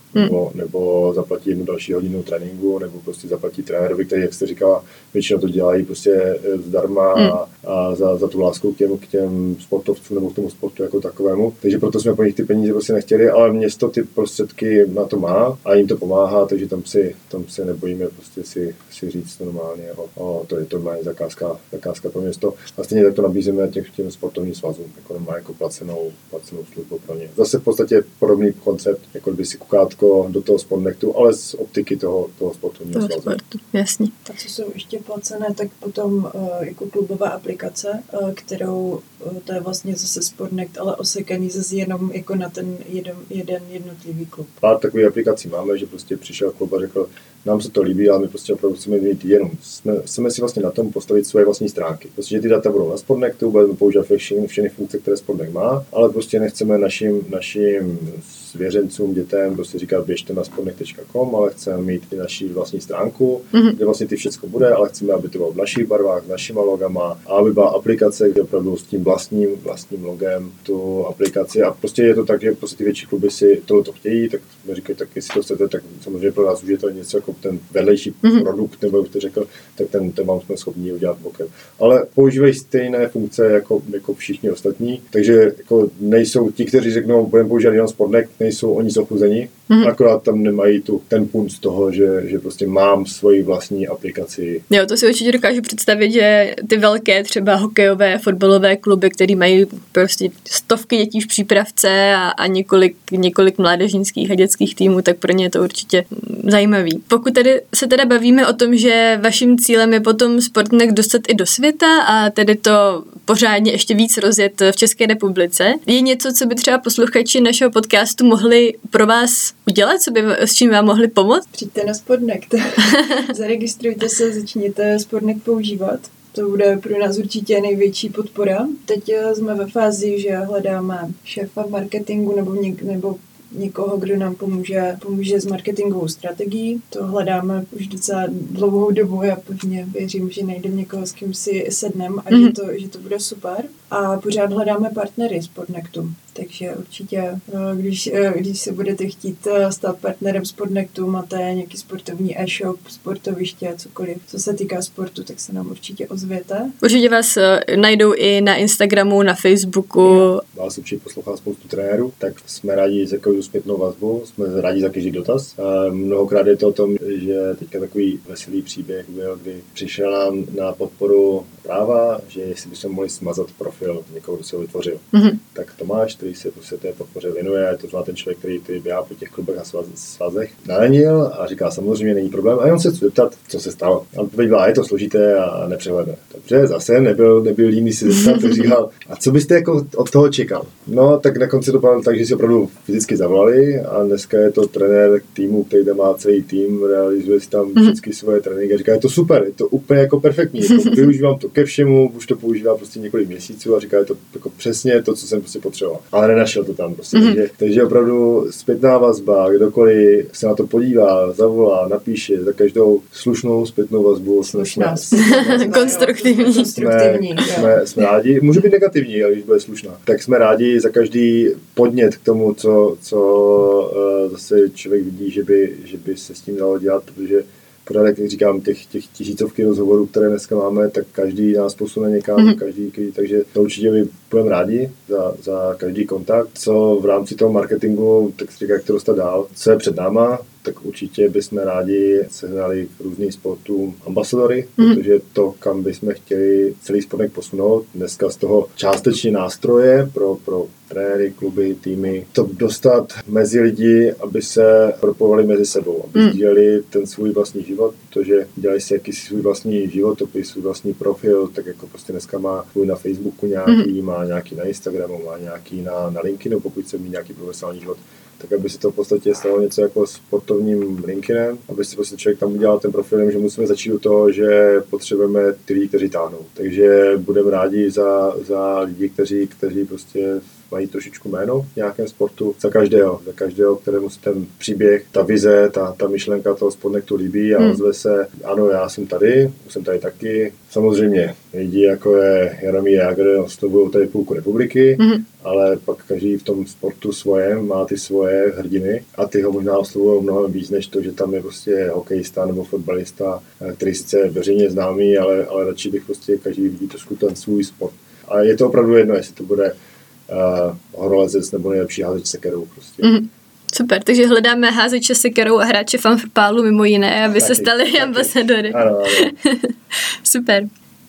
nebo zaplatí jednu další hodinu tréninku, nebo prostě zaplatí trenérovi, který, jak jste říkala, většinou to dělají prostě zdarma a za tu lásku k těm sportovcům nebo k tomu sportu jako takovému. Takže proto jsme po nich ty peníze prostě nechtěli, ale město ty prostředky na to má a jim to pomáhá, takže tam se nebojíme prostě si říct normálně, to má zakázka pro město. A stejně tak to nabízíme těm sportovním svazům, jako placenou službu pro ně. Zase v podstatě podobný koncept, jako kdyby si kukátko do toho Sportnectu, ale z optiky toho sportovního svazu. Sportu, jasně. A co jsou ještě placené, tak potom jako klubová aplikace, kterou to je vlastně zase Sportnect, ale osekaný zase jenom jako na ten jeden jednotlivý klub. Pár takových aplikací máme, že prostě přišel klub a řekl, nám se to líbí, ale my prostě opravdu chceme mít jenom. Chceme si vlastně na tom postavit svoje vlastní stránky. Prostě, že ty data budou na Sportnectu, budeme používat všechny funkce, které Sportnect má, ale prostě nechceme našim svěřencům, dětem prostě říkat, běžte na sportnect.com, ale chceme mít i naši vlastní stránku, kde vlastně ty všechno bude, ale chceme, aby to bylo v našich barvách, s našima logama a aby byla aplikace, kde opravdu s tím vlastním logem tu aplikaci a prostě je to tak, že prostě ty větší kluby si tohleto chtějí, tak jsme říkali, tak jestli to chcete, tak samozřejmě pro nás už je to něco jako ten vedlejší produkt, nebo jak jste řekl, tak ten vám jsme schopni udělat bokem. Ale používají stejné funkce jako všichni ostatní, takže jako nejsou ti, kteří řeknou, budeme používat jenom Sportnect, nejsou oni zochuzení, akorát tam nemají ten punt z toho, že prostě mám svoji vlastní aplikaci. Jo, to si určitě dokážu představit, že ty velké třeba hokejové, fotbalové kluby, které mají prostě stovky dětí v přípravce a několik mládežnických a dětských týmů, tak pro ně je to určitě zajímavý. Pokud tedy se teda bavíme o tom, že vaším cílem je potom Sportnect dostat i do světa a tedy to pořádně ještě víc rozjet v České republice, je něco, co by třeba posluchači našeho podcastu mohli pro vás udělat, s čím vám mohli pomoct? Přijďte na Sportnect. Zaregistrujte se, začněte Sportnect používat. To bude pro nás určitě největší podpora. Teď jsme ve fázi, že hledáme šéfa marketingu nebo někoho, kdo nám pomůže s marketingovou strategií. To hledáme už docela dlouhou dobu. Já pevně věřím, že najdeme někoho, s kým si sedneme a že to bude super. A pořád hledáme partnery Sportnectu. Takže určitě, když se budete chtít stát partnerem Sportnectu, máte nějaký sportovní e-shop, sportoviště, cokoliv, co se týká sportu, tak se nám určitě ozvěte. Určitě vás najdou i na Instagramu, na Facebooku. Vás určitě poslouchá spoustu trenérů, tak jsme rádi za každou zpětnou vazbu, jsme rádi za každý dotaz. Mnohokrát je to o tom, že teďka takový veselý příběh byl, kdy přišel nám na podporu práva, že jestli bychom mohli smazat profil někoho, kdo se ho vytvořil. Tak Tomáš, který se prostě té podpoře věnuje, to znamená ten člověk, který běhá po těch klubech a svazech, nalenil a říká, samozřejmě není problém. A on se chce zeptat, co se stalo. A odpověď byla, je to složité a nepřehledné. Dobře, zase nebyl líný si zeptat, tak říkal, a co byste jako od toho čekal? No, tak na konci dopadlo tak, že si opravdu fyzicky zavolali a dneska je to trenér týmu, který tam má celý tým, realizuje si tam všechny svoje tréninky a říká, je to super, je to úplně jako perfektní, jako využívám to ke všemu, už to používá prostě několik měsíců a říká, je to jako přesně to, co jsem prostě potřeboval. Ale nenašel to tam prostě. Takže opravdu zpětná vazba, kdokoliv se na to podívá, zavolá, napíše, za každou slušnou zpětnou vazbu konstruktivní. Jsme rádi. Může být negativní, ale když bude slušná. Tak jsme rádi za každý podnět k tomu, co zase člověk vidí, že by se s tím dalo dělat, protože pořád, jak říkám, těch tisícovky rozhovorů, které dneska máme, tak každý nás posune někam, takže to určitě budeme rádi za každý kontakt. Co v rámci toho marketingu, tak si říká, jak to dostat dál. Co je před náma, tak určitě bychom rádi sehnali k různým sportům ambasadory, protože to, kam bychom chtěli celý sportek posunout, dneska z toho částečně nástroje pro trenéry, kluby, týmy, to dostat mezi lidi, aby se propovali mezi sebou, aby sdíleli ten svůj vlastní život, protože dělají si jakýsi svůj vlastní životopis, svůj vlastní profil, tak jako prostě dneska má svůj na Facebooku nějaký, má nějaký na Instagramu, má nějaký na LinkedInu, pokud chce mít nějaký profesionální život, tak aby se to v podstatě stalo něco jako sportovním LinkedInem, aby si prostě člověk tam udělal ten profil, že musíme začít u toho, že potřebujeme ty lidi, kteří táhnou. Takže budeme rádi za lidi, kteří prostě mají trošičku jméno v nějakém sportu, za každého, kterému se ten příběh, ta vize, ta myšlenka toho sportu líbí a ozve se, ano, já jsem tady taky. Samozřejmě lidi, jako je Jaromír Jágr, oslovují tady půlku republiky, ale pak každý v tom sportu svojem má ty svoje hrdiny a ty ho možná oslovují mnohem víc, než to, že tam je prostě hokejista nebo fotbalista, který sice je veřejně známý, ale radši bych prostě každý vidí trošku ten svůj sport. A je to opravdu jedno, jestli to bude horolezec nebo nejlepší házeč sekerou prostě. Super, takže hledáme házeče sekerou a hráče fanfrpálu mimo jiné, aby se stali ambasadory. Ano. Super.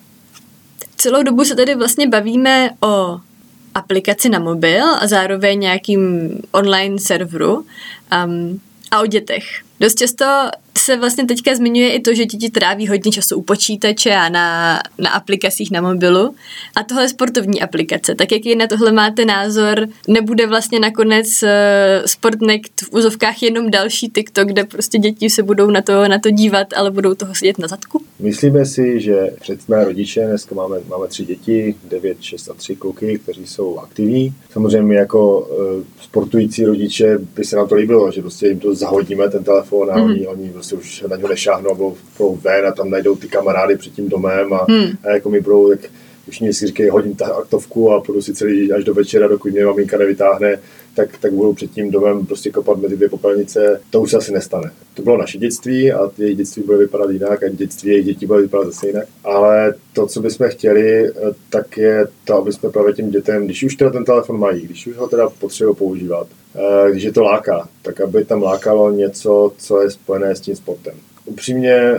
Celou dobu se tady vlastně bavíme o aplikaci na mobil a zároveň nějakým online serveru a o dětech. Dost často se vlastně teďka zmiňuje i to, že děti tráví hodně času u počítače a na aplikacích na mobilu. A tohle je sportovní aplikace. Tak jaký na tohle máte názor? Nebude vlastně nakonec Sportnect v úzovkách jenom další TikTok, kde prostě děti se budou na to dívat, ale budou toho sedět na zadku? Myslíme si, že před mé rodiče, dneska máme 3 děti, 9, 6 a 3 kluky, kteří jsou aktivní. Samozřejmě jako sportující rodiče by se nám to líbilo, že prostě jim to zahodíme, ten telefon a oni prostě už na něho nešáhnou, budou ven a tam najdou ty kamarády před tím domem a jako mi budou, tak už mě si říkají, hodím ta aktovku a půjdu si celý až do večera, dokud mě maminka nevytáhne, tak budou před tím domem prostě kopat mezi 2 popelnice. To už se asi nestane. To bylo naše dětství a jejich dětství bude vypadat jinak a dětství jejich dětí bude vypadat zase jinak. Ale to, co bychom chtěli, tak je to, aby jsme právě těm dětem, když už teda ten telefon mají, když už ho teda potřebují používat, když je to láká, tak aby tam lákalo něco, co je spojené s tím sportem. Upřímně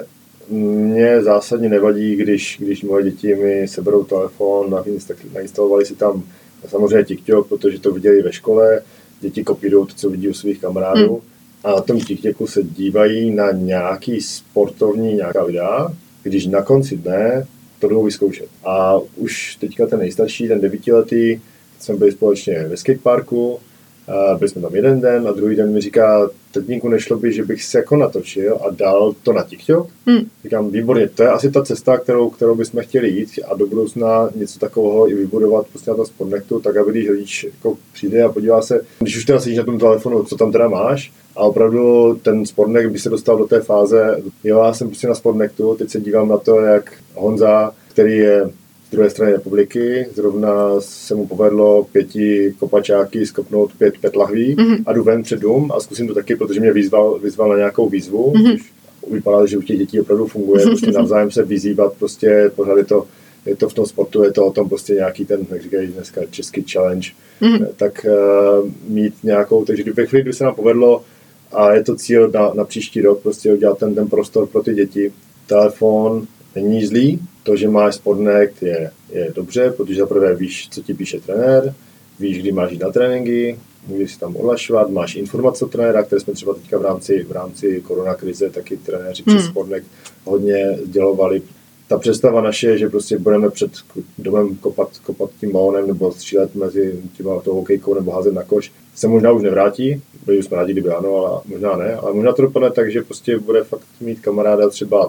mě zásadně nevadí, když moje děti mi seberou telefon, nainstalovali si tam samozřejmě TikTok, protože to viděli ve škole, děti kopírují to, co vidí u svých kamarádů a na tom TikToku se dívají na nějaký sportovní nějaká videa, když na konci dne to jdou vyzkoušet. A už teďka ten nejstarší, ten 9letý, jsme byli společně ve skateparku, byli jsme tam jeden den a druhý den mi říká, tatínku, nešlo by, že bych se jako natočil a dal to na TikTok. Říkám, výborně, to je asi ta cesta, kterou bychom chtěli jít a do budoucna něco takového i vybudovat prostě na tom Sportnectu, tak aby když rodič jako přijde a podívá se, když už teda sedíš na tom telefonu, co tam teda máš, a opravdu ten Sportnect by se dostal do té fáze, já jsem prostě na Sportnectu, teď se dívám na to, jak Honza, který je z druhé strany republiky, zrovna se mu povedlo 5 kopačáky skopnout 5 lahví a jdu ven před dům a zkusím to taky, protože mě vyzval na nějakou výzvu, což vypadá, že u těch dětí opravdu funguje, prostě navzájem se vyzývat, prostě pořád je to v tom sportu, je to o tom prostě nějaký ten, jak říkají dneska, český challenge, tak mít nějakou, takže ve chvíli, kdy se nám povedlo a je to cíl na příští rok, prostě udělat ten prostor pro ty děti. Telefon není zlý, to, že máš Sportnect je dobře, protože zaprvé víš, co ti píše trenér, víš, kdy máš jít na tréninky, můžeš si tam odhlašovat, máš informace od trenéra, které jsme třeba teďka v rámci koronakrize, taky trenéři přes Sportnect hodně sdělovali. Ta představa naše je, že prostě budeme před domem kopat tím balónem nebo střílet mezi tou hokejkou nebo házet na koš, se možná už nevrátí, byli jsme rádi, kdyby ano, ale možná ne, ale možná to dopadne tak, že prostě bude fakt mít kamaráda třeba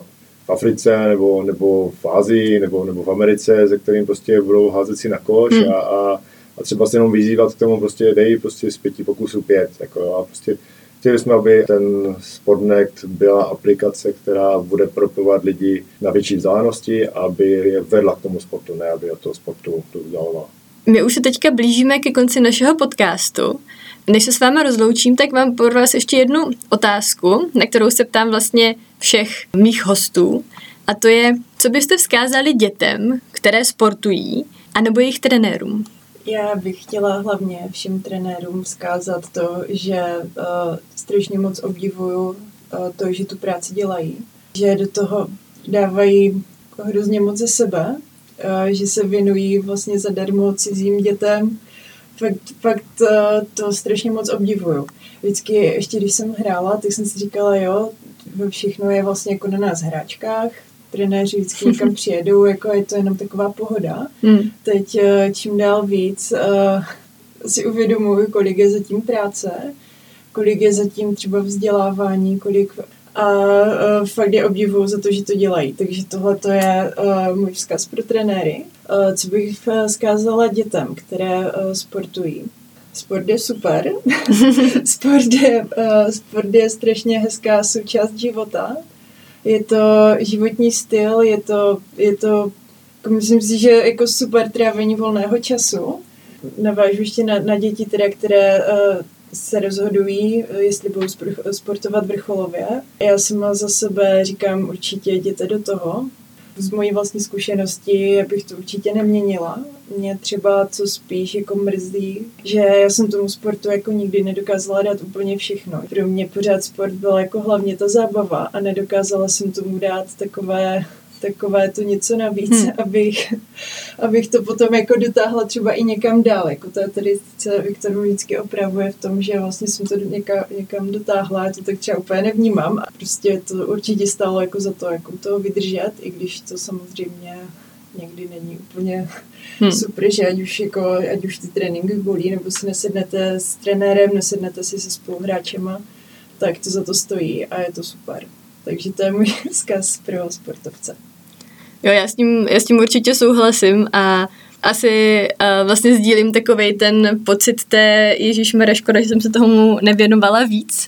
v Africe nebo v Asii nebo v Americe, ze kterým prostě budou házet si na koš a třeba se jenom vyzývat k tomu prostě dej prostě z 5 pokusů 5. Jako, a prostě chtěli jsme, aby ten Sportnet byla aplikace, která bude propojovat lidi na větší vzdálenosti, aby je vedla k tomu sportu, ne aby od toho sportu to vzdalovala. My už se teďka blížíme ke konci našeho podcastu. Než se s váma rozloučím, tak mám pro vás ještě jednu otázku, na kterou se ptám vlastně všech mých hostů. A to je, co byste vzkázali dětem, které sportují, anebo jejich trenérům? Já bych chtěla hlavně všem trenérům vzkázat to, že strašně moc obdivuju to, že tu práci dělají. Že do toho dávají hrozně moc ze sebe, že se věnují vlastně zadarmo cizím dětem. Fakt to strašně moc obdivuju. Vždycky, ještě když jsem hrála, tak jsem si říkala, jo, všechno je vlastně jako na nás hráčkách. Trenéři vždycky někam přijedou, jako je to jenom taková pohoda. Teď čím dál víc si uvědomuji, kolik je zatím práce, kolik je zatím třeba vzdělávání, a fakt je obdivuju za to, že to dělají. Takže tohle to je můj vzkaz pro trenéry. Co bych vzkázala dětem, které sportují. Sport je super. Sport je strašně hezká součást života. Je to životní styl, je to myslím si, že jako super trávení volného času. Navážu ještě na děti, které se rozhodují, jestli budou sportovat vrcholově. Já sama za sebe říkám, určitě jděte do toho. Z mojí vlastní zkušenosti bych to určitě neměnila. Mě třeba co spíš jako mrzí, že já jsem tomu sportu jako nikdy nedokázala dát úplně všechno. Pro mě pořád sport byla jako hlavně ta zábava a nedokázala jsem tomu dát takové to něco navíc, abych to potom jako dotáhla třeba i někam dál. Jako tady se Viktor vždycky opravuje v tom, že vlastně jsem to někam dotáhla, já to tak třeba úplně nevnímám a prostě to určitě stálo jako za to, jako toho vydržet, i když to samozřejmě někdy není úplně super, že ať už ty tréninky bolí, nebo si nesednete s trenérem, nesednete si se spoluhráčema, tak to za to stojí a je to super. Takže to je můj vzkaz pro sportovce. Jo, já s tím určitě souhlasím a asi vlastně sdílím takovej ten pocit té ježišmarja, škoda, že jsem se tomu nevěnovala víc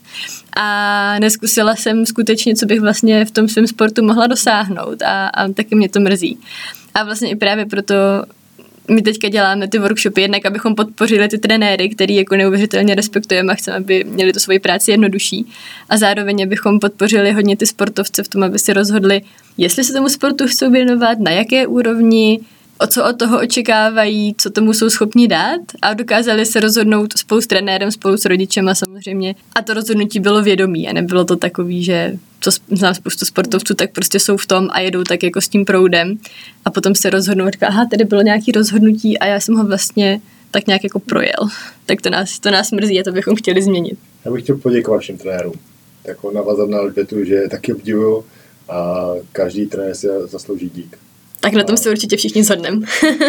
a neskusila jsem skutečně, co bych vlastně v tom svém sportu mohla dosáhnout a taky mě to mrzí. A vlastně i právě proto my teďka děláme ty workshopy, jednak abychom podpořili ty trenéry, který jako neuvěřitelně respektujeme a chceme, aby měli tu svoji práci jednodušší. A zároveň abychom podpořili hodně ty sportovce v tom, aby si rozhodli, jestli se tomu sportu chcou věnovat, na jaké úrovni, co od toho očekávají, co tomu jsou schopni dát a dokázali se rozhodnout spolu s trenérem, spolu s rodičema samozřejmě. A to rozhodnutí bylo vědomí a nebylo to takový, že to znám spoustu sportovců, tak prostě jsou v tom a jedou tak jako s tím proudem a potom se rozhodnou a říká, aha, tady bylo nějaké rozhodnutí a já jsem ho vlastně tak nějak jako projel. Tak to nás mrzí a to bychom chtěli změnit. Já bych chtěl poděkovat všem trenérům. Jako navazat na Alžbětu, že taky obdivuju a každý trenér si zaslouží dík. Tak na tom se určitě všichni shodneme.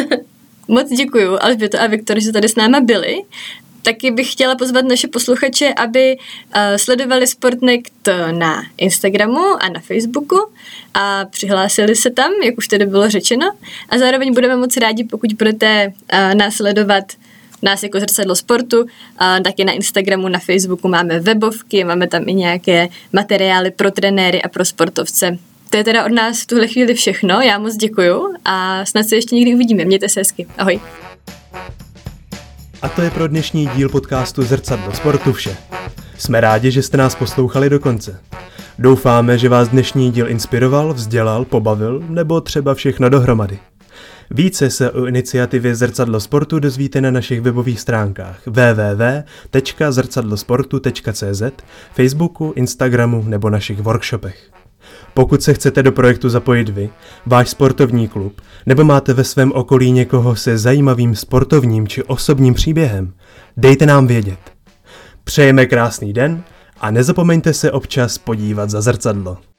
Moc děkuju, Alžběto a Viktor, že tady s náma byli. Taky bych chtěla pozvat naše posluchače, aby sledovali Sportnet na Instagramu a na Facebooku a přihlásili se tam, jak už tady bylo řečeno. A zároveň budeme moc rádi, pokud budete následovat nás jako Zrcadlo sportu, taky na Instagramu, na Facebooku máme webovky, máme tam i nějaké materiály pro trenéry a pro sportovce. To je teda od nás v tuhle chvíli všechno, já moc děkuju a snad se ještě někdy uvidíme. Mějte se hezky. Ahoj. A to je pro dnešní díl podcastu Zrcadlo sportu vše. Jsme rádi, že jste nás poslouchali do konce. Doufáme, že vás dnešní díl inspiroval, vzdělal, pobavil nebo třeba všechno dohromady. Více se o iniciativě Zrcadlo sportu dozvíte na našich webových stránkách www.zrcadlosportu.cz, Facebooku, Instagramu nebo našich workshopech. Pokud se chcete do projektu zapojit vy, váš sportovní klub, nebo máte ve svém okolí někoho se zajímavým sportovním či osobním příběhem, dejte nám vědět. Přejeme krásný den a nezapomeňte se občas podívat za zrcadlo.